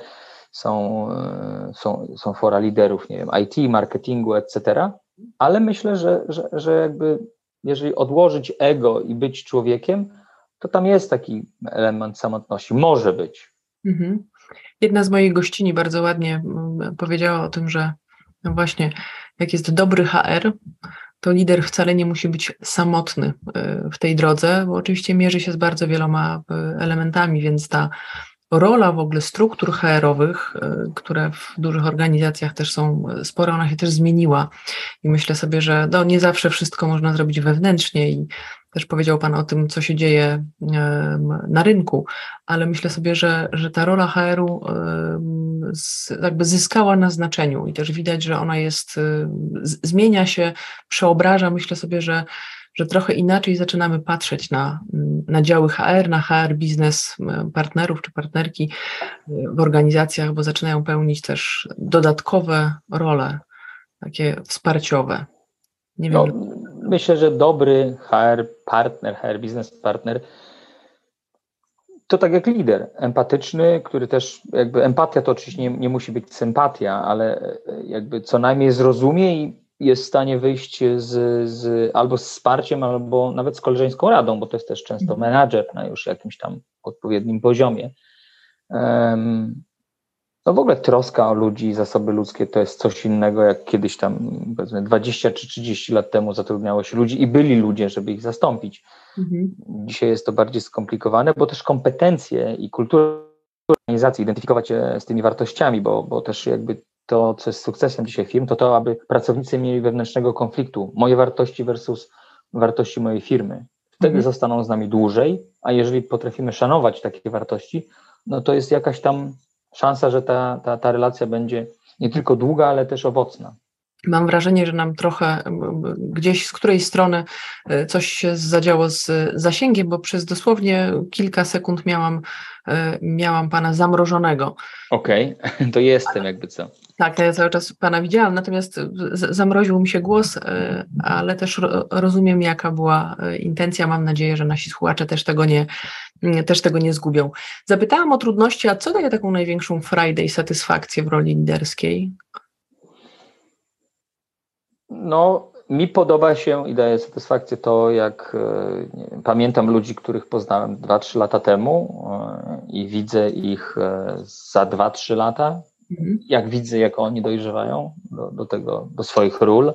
są fora liderów, nie wiem, IT, marketingu, etc., ale myślę, że jakby jeżeli odłożyć ego i być człowiekiem, to tam jest taki element samotności. Może być. Mhm. Jedna z moich gościni bardzo ładnie powiedziała o tym, że no właśnie, jak jest dobry HR, to lider wcale nie musi być samotny w tej drodze, bo oczywiście mierzy się z bardzo wieloma elementami, więc ta rola w ogóle struktur HR-owych, które w dużych organizacjach też są spore, ona się też zmieniła i myślę sobie, że no, nie zawsze wszystko można zrobić wewnętrznie i też powiedział Pan o tym, co się dzieje na rynku, ale myślę sobie, że ta rola HR-u jakby zyskała na znaczeniu i też widać, że ona jest, zmienia się, przeobraża. Myślę sobie, że trochę inaczej zaczynamy patrzeć na działy HR, na HR biznes partnerów czy partnerki w organizacjach, bo zaczynają pełnić też dodatkowe role, takie wsparciowe. Nie wiem. No, myślę, że dobry HR partner, HR biznes partner to tak jak lider, empatyczny, który też jakby empatia to oczywiście nie musi być sympatia, ale jakby co najmniej zrozumie i jest w stanie wyjść albo z wsparciem, albo nawet z koleżeńską radą, bo to jest też często menadżer na już jakimś tam odpowiednim poziomie. No w ogóle troska o ludzi, zasoby ludzkie to jest coś innego, jak kiedyś tam powiedzmy 20 czy 30 lat temu zatrudniało się ludzi i byli ludzie, żeby ich zastąpić. Dzisiaj jest to bardziej skomplikowane, bo też kompetencje i kultura organizacji, identyfikować się z tymi wartościami, bo też jakby to, co jest sukcesem dzisiaj firm, to aby pracownicy mieli wewnętrznego konfliktu. Moje wartości versus wartości mojej firmy. Wtedy zostaną z nami dłużej, a jeżeli potrafimy szanować takie wartości, no to jest jakaś tam szansa, że ta relacja będzie nie tylko długa, ale też owocna. Mam wrażenie, że nam trochę gdzieś z której strony coś się zadziało z zasięgiem, bo przez dosłownie kilka sekund miałam Pana zamrożonego. Okej, to jestem jakby co. Tak, ja cały czas Pana widziałam, natomiast zamroził mi się głos, ale też rozumiem, jaka była intencja. Mam nadzieję, że nasi słuchacze też tego nie zgubią. Zapytałam o trudności, a co daje taką największą frajdę i satysfakcję w roli liderskiej? No, mi podoba się i daje satysfakcję to, jak pamiętam ludzi, których poznałem 2-3 lata temu i widzę ich za 2-3 lata, jak widzę, jak oni dojrzewają do swoich ról,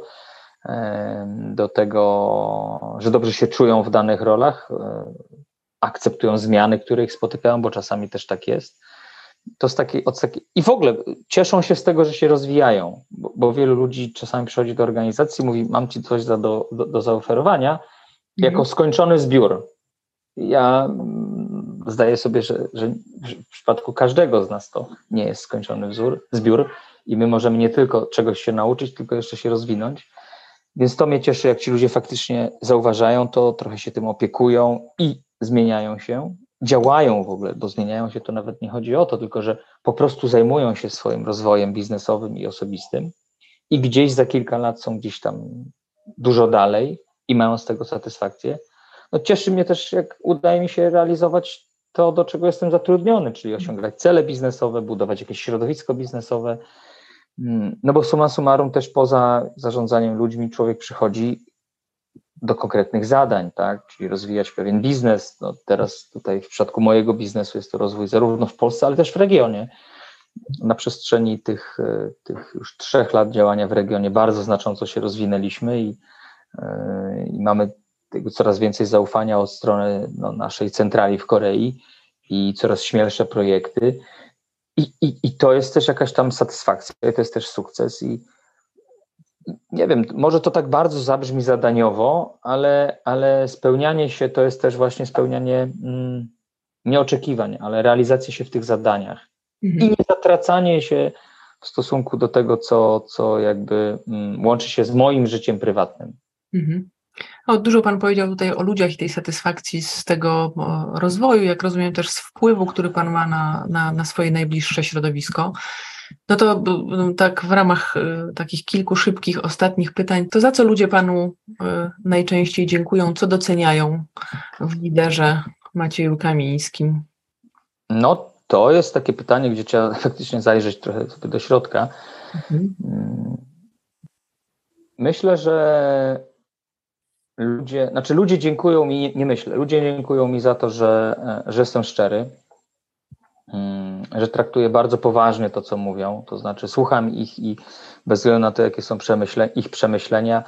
do tego, że dobrze się czują w danych rolach, akceptują zmiany, które ich spotykają, bo czasami też tak jest. To jest takie, i w ogóle cieszą się z tego, że się rozwijają, bo wielu ludzi czasami przychodzi do organizacji i mówi, mam ci coś do zaoferowania, jako skończony zbiór. Ja zdaję sobie, że w przypadku każdego z nas to nie jest skończony zbiór i my możemy nie tylko czegoś się nauczyć, tylko jeszcze się rozwinąć. Więc to mnie cieszy, jak ci ludzie faktycznie zauważają to, trochę się tym opiekują i zmieniają się, działają w ogóle, bo zmieniają się, to nawet nie chodzi o to, tylko że po prostu zajmują się swoim rozwojem biznesowym i osobistym i gdzieś za kilka lat są gdzieś tam dużo dalej i mają z tego satysfakcję. No cieszy mnie też, jak udaje mi się realizować to, do czego jestem zatrudniony, czyli osiągać cele biznesowe, budować jakieś środowisko biznesowe. No bo summa summarum też poza zarządzaniem ludźmi człowiek przychodzi do konkretnych zadań, tak? Czyli rozwijać pewien biznes. No teraz tutaj w przypadku mojego biznesu jest to rozwój zarówno w Polsce, ale też w regionie. Na przestrzeni tych już 3 lat działania w regionie bardzo znacząco się rozwinęliśmy i mamy coraz więcej zaufania od strony naszej centrali w Korei i coraz śmielsze projekty. I to jest też jakaś tam satysfakcja, to jest też sukces i nie wiem, może to tak bardzo zabrzmi zadaniowo, ale spełnianie się to jest też właśnie spełnianie nie oczekiwań, ale realizacja się w tych zadaniach i nie zatracanie się w stosunku do tego, co jakby łączy się z moim życiem prywatnym. No, dużo Pan powiedział tutaj o ludziach i tej satysfakcji z tego rozwoju, jak rozumiem też z wpływu, który Pan ma na swoje najbliższe środowisko. No to tak w ramach takich kilku szybkich, ostatnich pytań, to za co ludzie Panu najczęściej dziękują, co doceniają w liderze Macieju Kamińskim? No to jest takie pytanie, gdzie trzeba faktycznie zajrzeć trochę sobie do środka. Myślę, że ludzie dziękują mi, ludzie dziękują mi za to, że jestem szczery, że traktuję bardzo poważnie to, co mówią, to znaczy słucham ich i bez względu na to, jakie są ich przemyślenia,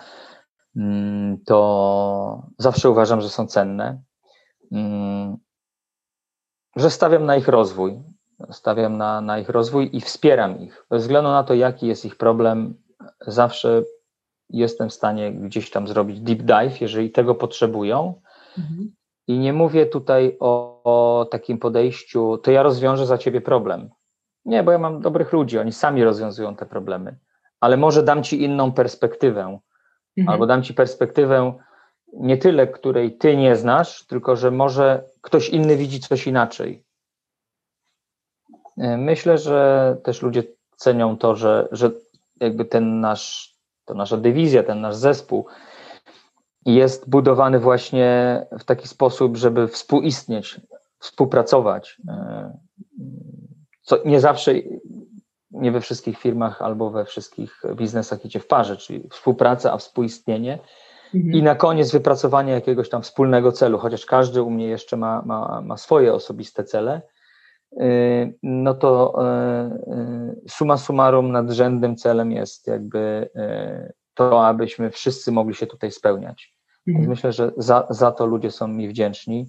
to zawsze uważam, że są cenne, że stawiam na ich rozwój, stawiam na ich rozwój i wspieram ich. Bez względu na to, jaki jest ich problem, zawsze jestem w stanie gdzieś tam zrobić deep dive, jeżeli tego potrzebują. I nie mówię tutaj o takim podejściu, to ja rozwiążę za ciebie problem. Nie, bo ja mam dobrych ludzi, oni sami rozwiązują te problemy. Ale może dam ci inną perspektywę. Albo dam ci perspektywę nie tyle, której ty nie znasz, tylko że może ktoś inny widzi coś inaczej. Myślę, że też ludzie cenią to, że jakby ta nasza dywizja, ten nasz zespół jest budowany właśnie w taki sposób, żeby współistnieć, współpracować. Co nie zawsze, nie we wszystkich firmach albo we wszystkich biznesach idzie w parze, czyli współpraca, a współistnienie. I na koniec wypracowanie jakiegoś tam wspólnego celu, chociaż każdy u mnie jeszcze ma swoje osobiste cele, no to summa summarum nadrzędnym celem jest jakby to, abyśmy wszyscy mogli się tutaj spełniać. Więc myślę, że za to ludzie są mi wdzięczni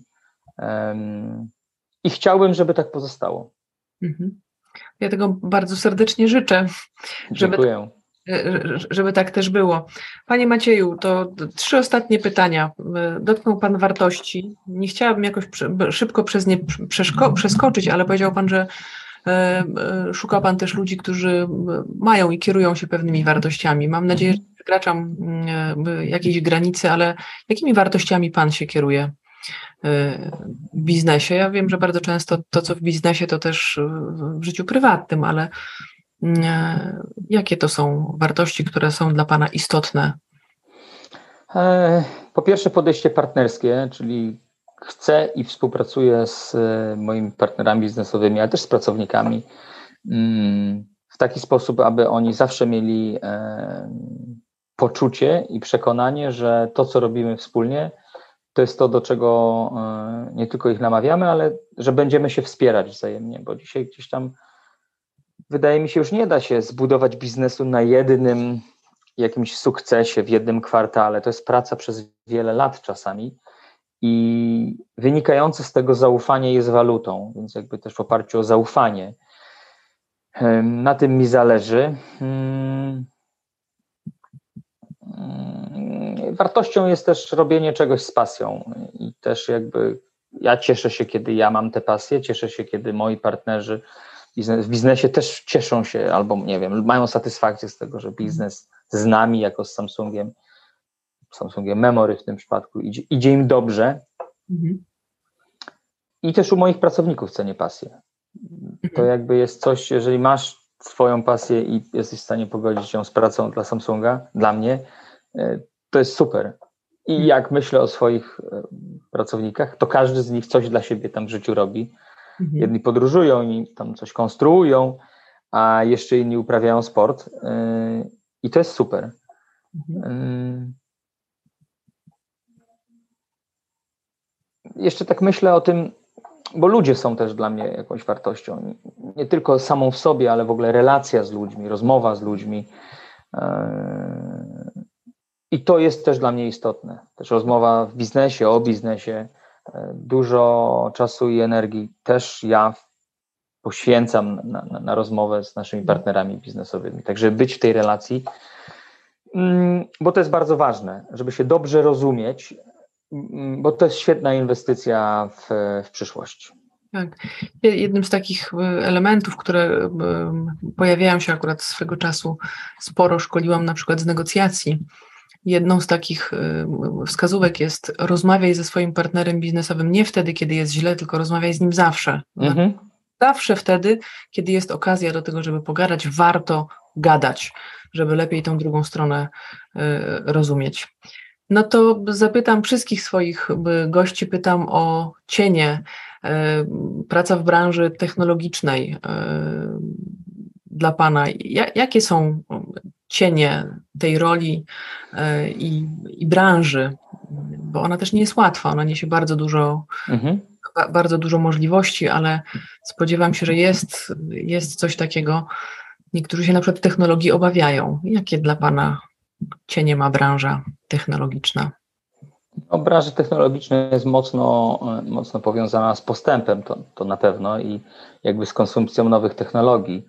i chciałbym, żeby tak pozostało. Ja tego bardzo serdecznie życzę, Dziękuję. żeby tak też było. Panie Macieju, to 3 ostatnie pytania. Dotknął Pan wartości. Nie chciałabym jakoś szybko przez nie przeskoczyć, ale powiedział Pan, że szuka Pan też ludzi, którzy mają i kierują się pewnymi wartościami. Mam nadzieję, że przekraczam jakieś granice, ale jakimi wartościami Pan się kieruje w biznesie? Ja wiem, że bardzo często to, co w biznesie, to też w życiu prywatnym, ale jakie to są wartości, które są dla Pana istotne? Po pierwsze podejście partnerskie, czyli chcę i współpracuję z moimi partnerami biznesowymi, ale też z pracownikami w taki sposób, aby oni zawsze mieli poczucie i przekonanie, że to, co robimy wspólnie, to jest to, do czego nie tylko ich namawiamy, ale że będziemy się wspierać wzajemnie, bo dzisiaj gdzieś tam wydaje mi się, już nie da się zbudować biznesu na jednym jakimś sukcesie, w jednym kwartale. To jest praca przez wiele lat czasami i wynikające z tego zaufanie jest walutą, więc jakby też w oparciu o zaufanie. Na tym mi zależy. Wartością jest też robienie czegoś z pasją i też jakby ja cieszę się, kiedy ja mam tę pasję, cieszę się, kiedy moi partnerzy w biznesie też cieszą się albo, nie wiem, mają satysfakcję z tego, że biznes z nami jako z Samsungiem Memory w tym przypadku idzie im dobrze. I też u moich pracowników cenię pasję. To jakby jest coś, jeżeli masz swoją pasję i jesteś w stanie pogodzić ją z pracą dla Samsunga, dla mnie, to jest super. I jak myślę o swoich pracownikach, to każdy z nich coś dla siebie tam w życiu robi. Jedni podróżują i tam coś konstruują, a jeszcze inni uprawiają sport. I to jest super. Jeszcze tak myślę o tym, bo ludzie są też dla mnie jakąś wartością. Nie tylko samą w sobie, ale w ogóle relacja z ludźmi, rozmowa z ludźmi. I to jest też dla mnie istotne. Też rozmowa w biznesie, o biznesie. Dużo czasu i energii też ja poświęcam na rozmowę z naszymi partnerami biznesowymi. Także być w tej relacji, bo to jest bardzo ważne, żeby się dobrze rozumieć, bo to jest świetna inwestycja w przyszłość. Tak. Jednym z takich elementów, które pojawiają się akurat swego czasu, sporo szkoliłam na przykład z negocjacji. Jedną z takich wskazówek jest: rozmawiaj ze swoim partnerem biznesowym nie wtedy, kiedy jest źle, tylko rozmawiaj z nim zawsze. Zawsze wtedy, kiedy jest okazja do tego, żeby pogadać, warto gadać, żeby lepiej tą drugą stronę rozumieć. No to zapytam wszystkich swoich gości, pytam o cienie. Praca w branży technologicznej dla Pana. Jakie są cienie tej roli i branży? Bo ona też nie jest łatwa, ona niesie bardzo dużo możliwości, ale spodziewam się, że jest coś takiego. Niektórzy się na przykład technologii obawiają. Jakie dla Pana cienie ma branża technologiczna? No, branża technologiczna jest mocno powiązana z postępem, to na pewno i jakby z konsumpcją nowych technologii.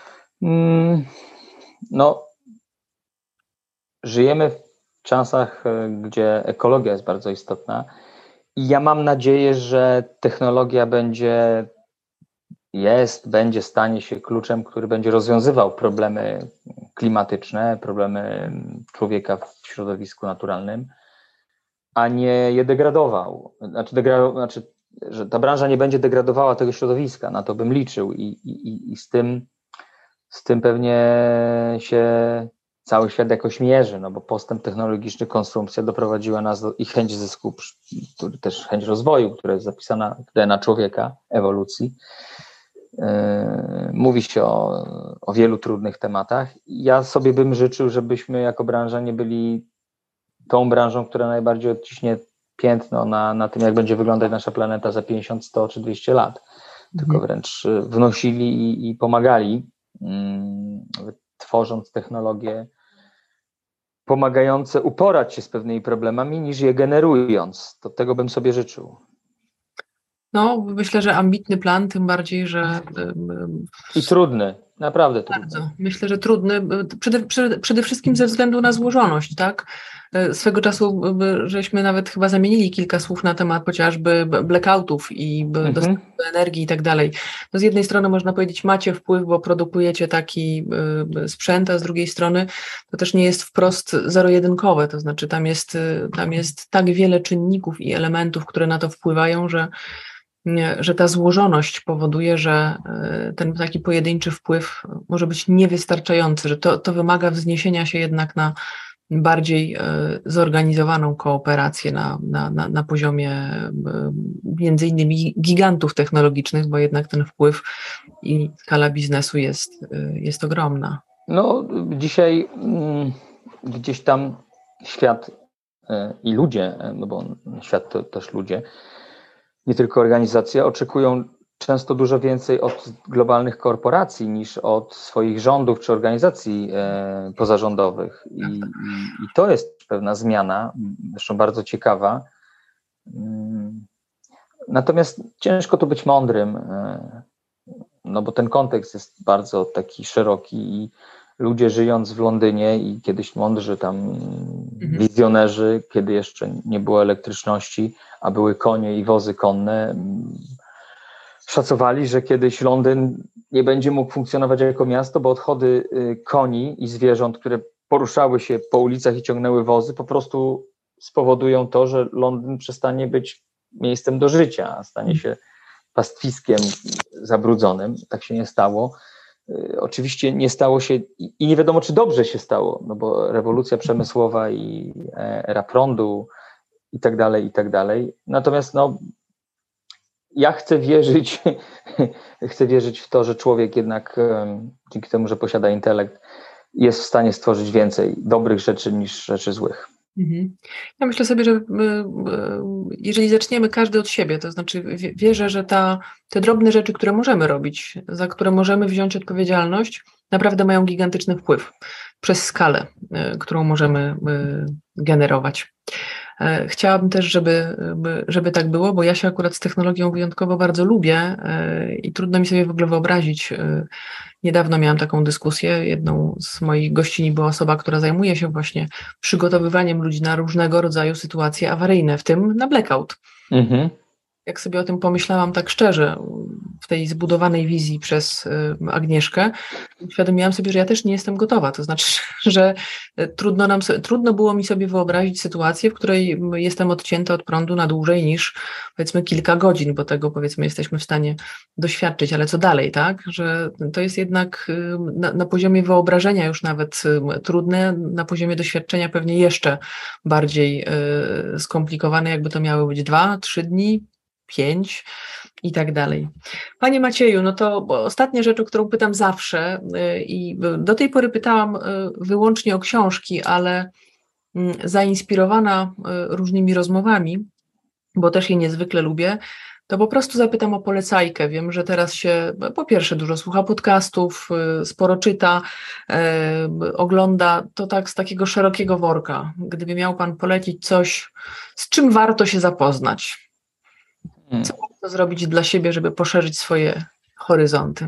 No, żyjemy w czasach, gdzie ekologia jest bardzo istotna i ja mam nadzieję, że technologia stanie się kluczem, który będzie rozwiązywał problemy klimatyczne, problemy człowieka w środowisku naturalnym, a nie je degradował. Że ta branża nie będzie degradowała tego środowiska, na to bym liczył i z tym pewnie się cały świat jakoś mierzy, no bo postęp technologiczny, konsumpcja doprowadziła nas do i chęć zysku, też chęć rozwoju, która jest zapisana w DNA człowieka, ewolucji. Mówi się o wielu trudnych tematach. Ja sobie bym życzył, żebyśmy jako branża nie byli tą branżą, która najbardziej odciśnie piętno na tym, jak będzie wyglądać nasza planeta za 50, 100 czy 200 lat, tylko wręcz wnosili i pomagali, tworząc technologie pomagające uporać się z pewnymi problemami, niż je generując. To tego bym sobie życzył. No, myślę, że ambitny plan, tym bardziej, że... I trudny, naprawdę trudny. Bardzo. Myślę, że trudny, przede wszystkim ze względu na złożoność, tak? Swego czasu żeśmy nawet chyba zamienili kilka słów na temat chociażby blackoutów i dostępu do energii i tak dalej. No z jednej strony można powiedzieć, macie wpływ, bo produkujecie taki sprzęt, a z drugiej strony to też nie jest wprost zero-jedynkowe, to znaczy tam jest tak wiele czynników i elementów, które na to wpływają, że ta złożoność powoduje, że ten taki pojedynczy wpływ może być niewystarczający, że to wymaga wzniesienia się jednak na bardziej zorganizowaną kooperację na poziomie między innymi gigantów technologicznych, bo jednak ten wpływ i skala biznesu jest ogromna. No dzisiaj gdzieś tam świat i ludzie, no bo świat to też ludzie, nie tylko organizacje, oczekują często dużo więcej od globalnych korporacji niż od swoich rządów czy organizacji pozarządowych. I to jest pewna zmiana, zresztą bardzo ciekawa. Natomiast ciężko tu być mądrym, no bo ten kontekst jest bardzo taki szeroki i ludzie żyjąc w Londynie i kiedyś mądrzy tam wizjonerzy, kiedy jeszcze nie było elektryczności, a były konie i wozy konne, szacowali, że kiedyś Londyn nie będzie mógł funkcjonować jako miasto, bo odchody koni i zwierząt, które poruszały się po ulicach i ciągnęły wozy, po prostu spowodują to, że Londyn przestanie być miejscem do życia, a stanie się pastwiskiem zabrudzonym. Tak się nie stało. Oczywiście nie stało się i nie wiadomo, czy dobrze się stało, no bo rewolucja przemysłowa i era prądu i tak dalej. Natomiast no, ja chcę wierzyć w to, że człowiek jednak dzięki temu, że posiada intelekt, jest w stanie stworzyć więcej dobrych rzeczy niż rzeczy złych. Ja myślę sobie, że jeżeli zaczniemy każdy od siebie, to znaczy wierzę, że te drobne rzeczy, które możemy robić, za które możemy wziąć odpowiedzialność, naprawdę mają gigantyczny wpływ przez skalę, którą możemy generować. Chciałabym też, żeby tak było, bo ja się akurat z technologią wyjątkowo bardzo lubię i trudno mi sobie w ogóle wyobrazić. Niedawno miałam taką dyskusję. Jedną z moich gościni była osoba, która zajmuje się właśnie przygotowywaniem ludzi na różnego rodzaju sytuacje awaryjne, w tym na blackout. Jak sobie o tym pomyślałam tak szczerze, w tej zbudowanej wizji przez Agnieszkę, uświadomiłam sobie, że ja też nie jestem gotowa. To znaczy, że trudno było mi sobie wyobrazić sytuację, w której jestem odcięta od prądu na dłużej niż powiedzmy kilka godzin, bo tego powiedzmy jesteśmy w stanie doświadczyć, ale co dalej, tak? Że to jest jednak na poziomie wyobrażenia już nawet trudne, na poziomie doświadczenia pewnie jeszcze bardziej skomplikowane, jakby to miały być 2-3 dni, 5 i tak dalej. Panie Macieju, no to ostatnia rzecz, o którą pytam zawsze i do tej pory pytałam wyłącznie o książki, ale zainspirowana różnymi rozmowami, bo też je niezwykle lubię, To po prostu zapytam o polecajkę. Wiem, że teraz się po pierwsze dużo słucha podcastów, sporo czyta, ogląda, to tak z takiego szerokiego worka. Gdyby miał Pan polecić coś, z czym warto się zapoznać, co warto zrobić dla siebie, żeby poszerzyć swoje horyzonty?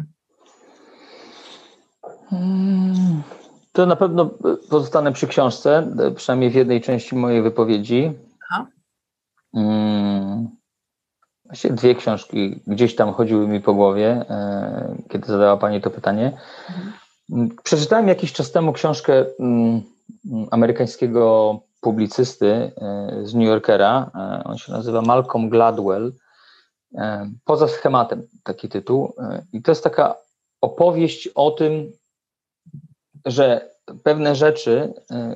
To na pewno pozostanę przy książce, przynajmniej w jednej części mojej wypowiedzi. Aha. Właściwie 2 książki gdzieś tam chodziły mi po głowie, kiedy zadała Pani to pytanie. Przeczytałem jakiś czas temu książkę amerykańskiego publicysty z New Yorkera. On się nazywa Malcolm Gladwell. Poza schematem, taki tytuł. I to jest taka opowieść o tym, że pewne rzeczy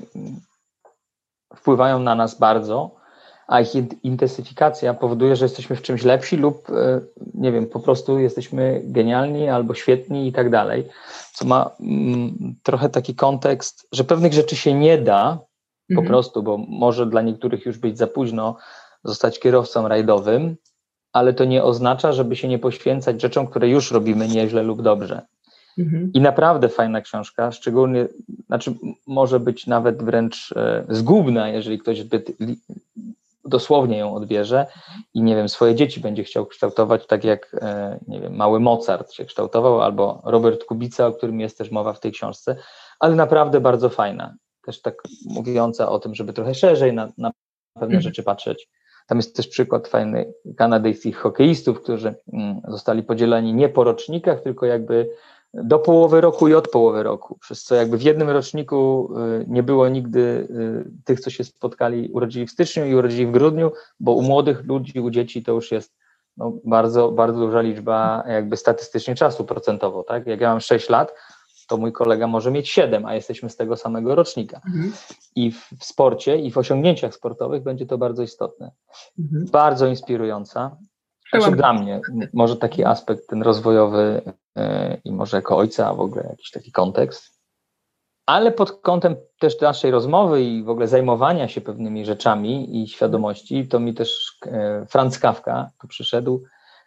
wpływają na nas bardzo, a ich intensyfikacja powoduje, że jesteśmy w czymś lepsi lub, nie wiem, po prostu jesteśmy genialni albo świetni i tak dalej, co ma trochę taki kontekst, że pewnych rzeczy się nie da po prostu, bo może dla niektórych już być za późno zostać kierowcą rajdowym, ale to nie oznacza, żeby się nie poświęcać rzeczom, które już robimy nieźle lub dobrze. I naprawdę fajna książka, szczególnie, znaczy może być nawet wręcz zgubna, jeżeli ktoś zbyt dosłownie ją odbierze i nie wiem, swoje dzieci będzie chciał kształtować tak jak, nie wiem, mały Mozart się kształtował, albo Robert Kubica, o którym jest też mowa w tej książce, ale naprawdę bardzo fajna. Też tak mówiąca o tym, żeby trochę szerzej na pewne rzeczy patrzeć. Tam jest też przykład fajny kanadyjskich hokeistów, którzy zostali podzieleni nie po rocznikach, tylko jakby do połowy roku i od połowy roku, przez co jakby w jednym roczniku nie było nigdy tych, co się spotkali, urodzili w styczniu i urodzili w grudniu, bo u młodych ludzi, u dzieci to już jest bardzo, bardzo duża liczba jakby statystycznie czasu procentowo, tak? Jak ja mam 6 lat, to mój kolega może mieć 7, a jesteśmy z tego samego rocznika. I w sporcie i w osiągnięciach sportowych będzie to bardzo istotne. Bardzo inspirująca. Znaczy dla mnie, może taki aspekt ten rozwojowy i może jako ojca w ogóle jakiś taki kontekst, ale pod kątem też naszej rozmowy i w ogóle zajmowania się pewnymi rzeczami i świadomości, to mi też Franz Kafka tu przyszedł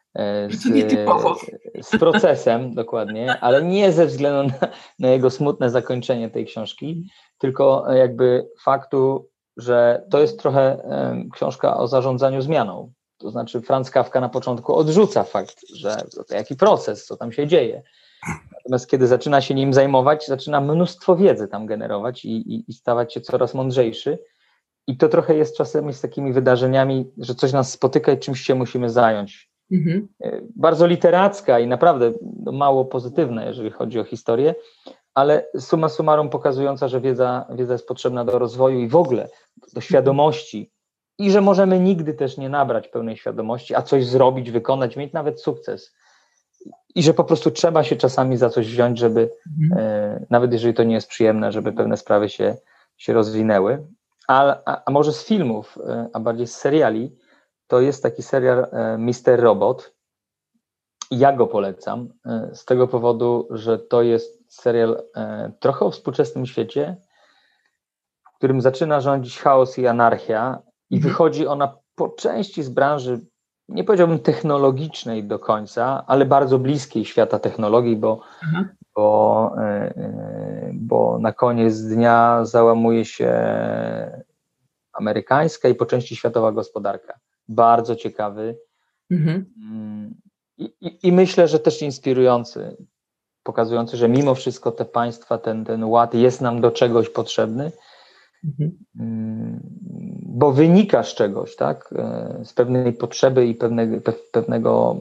z procesem, dokładnie, ale nie ze względu na jego smutne zakończenie tej książki, tylko jakby faktu, że to jest trochę książka o zarządzaniu zmianą. To znaczy Franz Kafka na początku odrzuca fakt, że to jaki proces, co tam się dzieje. Natomiast kiedy zaczyna się nim zajmować, zaczyna mnóstwo wiedzy tam generować i stawać się coraz mądrzejszy. I to trochę jest czasem z takimi wydarzeniami, że coś nas spotyka i czymś się musimy zająć. Bardzo literacka i naprawdę mało pozytywna, jeżeli chodzi o historię, ale summa summarum pokazująca, że wiedza jest potrzebna do rozwoju i w ogóle do świadomości i że możemy nigdy też nie nabrać pełnej świadomości, a coś zrobić, wykonać, mieć nawet sukces. I że po prostu trzeba się czasami za coś wziąć, żeby, nawet jeżeli to nie jest przyjemne, żeby pewne sprawy się rozwinęły. A może z filmów, a bardziej z seriali, to jest taki serial Mr. Robot. Ja go polecam z tego powodu, że to jest serial trochę o współczesnym świecie, w którym zaczyna rządzić chaos i anarchia i wychodzi ona po części z branży, nie powiedziałbym technologicznej do końca, ale bardzo bliskiej świata technologii, bo na koniec dnia załamuje się amerykańska i po części światowa gospodarka. Bardzo ciekawy i myślę, że też inspirujący, pokazujący, że mimo wszystko te państwa, ten ład jest nam do czegoś potrzebny, bo wynika z czegoś, tak? Z pewnej potrzeby i pewnego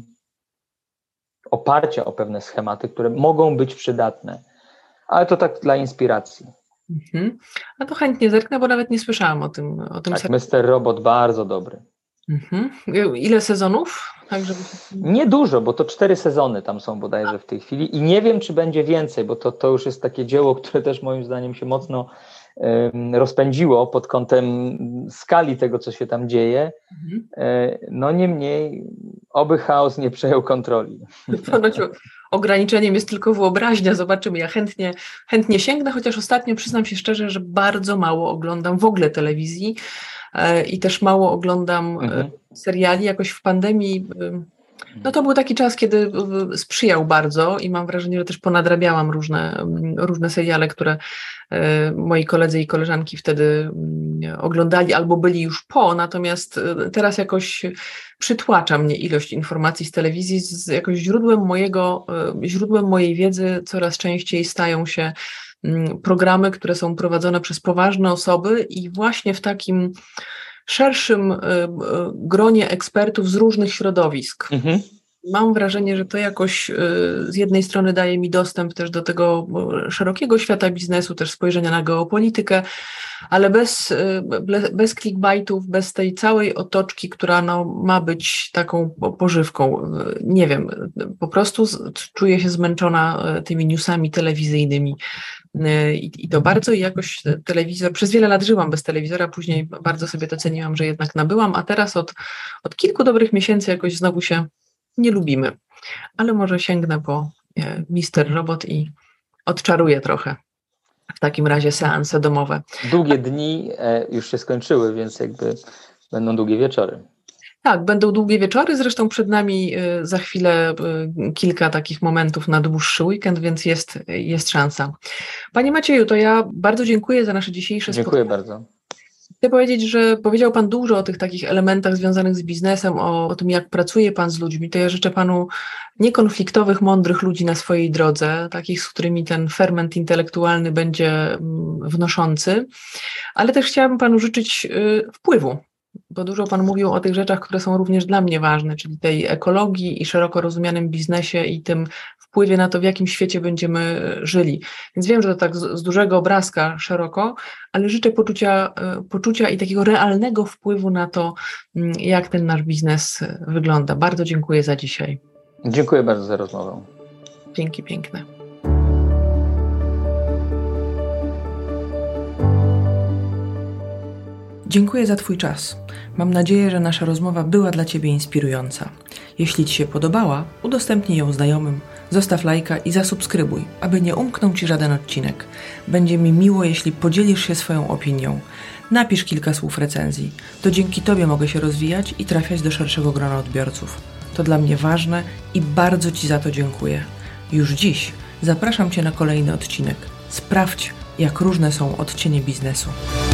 oparcia o pewne schematy, które mogą być przydatne, ale to tak dla inspiracji. A to chętnie zerknę, bo nawet nie słyszałam o tym. Tak, Mr. Robot bardzo dobry. Ile sezonów? Tak, żeby... Nie dużo, bo to 4 sezony tam są bodajże w tej chwili i nie wiem, czy będzie więcej, bo to już jest takie dzieło, które też moim zdaniem się mocno rozpędziło pod kątem skali tego, co się tam dzieje. No niemniej, oby chaos nie przejął kontroli. Ponoć ograniczeniem jest tylko wyobraźnia, zobaczymy. Ja chętnie sięgnę, chociaż ostatnio przyznam się szczerze, że bardzo mało oglądam w ogóle telewizji i też mało oglądam seriali. Jakoś w pandemii, no to był taki czas, kiedy sprzyjał bardzo i mam wrażenie, że też ponadrabiałam różne seriale, które moi koledzy i koleżanki wtedy oglądali albo byli już po, natomiast teraz jakoś przytłacza mnie ilość informacji z telewizji, jakoś źródłem mojej wiedzy coraz częściej stają się programy, które są prowadzone przez poważne osoby i właśnie w takim szerszym gronie ekspertów z różnych środowisk. Mam wrażenie, że to jakoś z jednej strony daje mi dostęp też do tego szerokiego świata biznesu, też spojrzenia na geopolitykę, ale bez clickbaitów, bez tej całej otoczki, która ma być taką pożywką. Nie wiem, po prostu czuję się zmęczona tymi newsami telewizyjnymi. I to bardzo i jakoś telewizor, przez wiele lat żyłam bez telewizora, później bardzo sobie to ceniłam, że jednak nabyłam, a teraz od kilku dobrych miesięcy jakoś znowu się nie lubimy, ale może sięgnę po Mister Robot i odczaruję trochę. W takim razie seanse domowe. Długie dni już się skończyły, więc jakby będą długie wieczory. Tak, będą długie wieczory, zresztą przed nami za chwilę kilka takich momentów na dłuższy weekend, więc jest szansa. Panie Macieju, to ja bardzo dziękuję za nasze dzisiejsze spotkanie. Dziękuję bardzo. Chcę powiedzieć, że powiedział Pan dużo o tych takich elementach związanych z biznesem, o tym, jak pracuje Pan z ludźmi. To ja życzę Panu niekonfliktowych, mądrych ludzi na swojej drodze, takich, z którymi ten ferment intelektualny będzie wnoszący, ale też chciałabym Panu życzyć wpływu, bo dużo Pan mówił o tych rzeczach, które są również dla mnie ważne, czyli tej ekologii i szeroko rozumianym biznesie i tym wpływie na to, w jakim świecie będziemy żyli. Więc wiem, że to tak z dużego obrazka szeroko, ale życzę poczucia i takiego realnego wpływu na to, jak ten nasz biznes wygląda. Bardzo dziękuję za dzisiaj. Dziękuję bardzo za rozmowę. Dzięki piękne. Dziękuję za Twój czas. Mam nadzieję, że nasza rozmowa była dla Ciebie inspirująca. Jeśli Ci się podobała, udostępnij ją znajomym, zostaw lajka i zasubskrybuj, aby nie umknął Ci żaden odcinek. Będzie mi miło, jeśli podzielisz się swoją opinią. Napisz kilka słów recenzji. To dzięki Tobie mogę się rozwijać i trafiać do szerszego grona odbiorców. To dla mnie ważne i bardzo Ci za to dziękuję. Już dziś zapraszam Cię na kolejny odcinek. Sprawdź, jak różne są odcienie biznesu.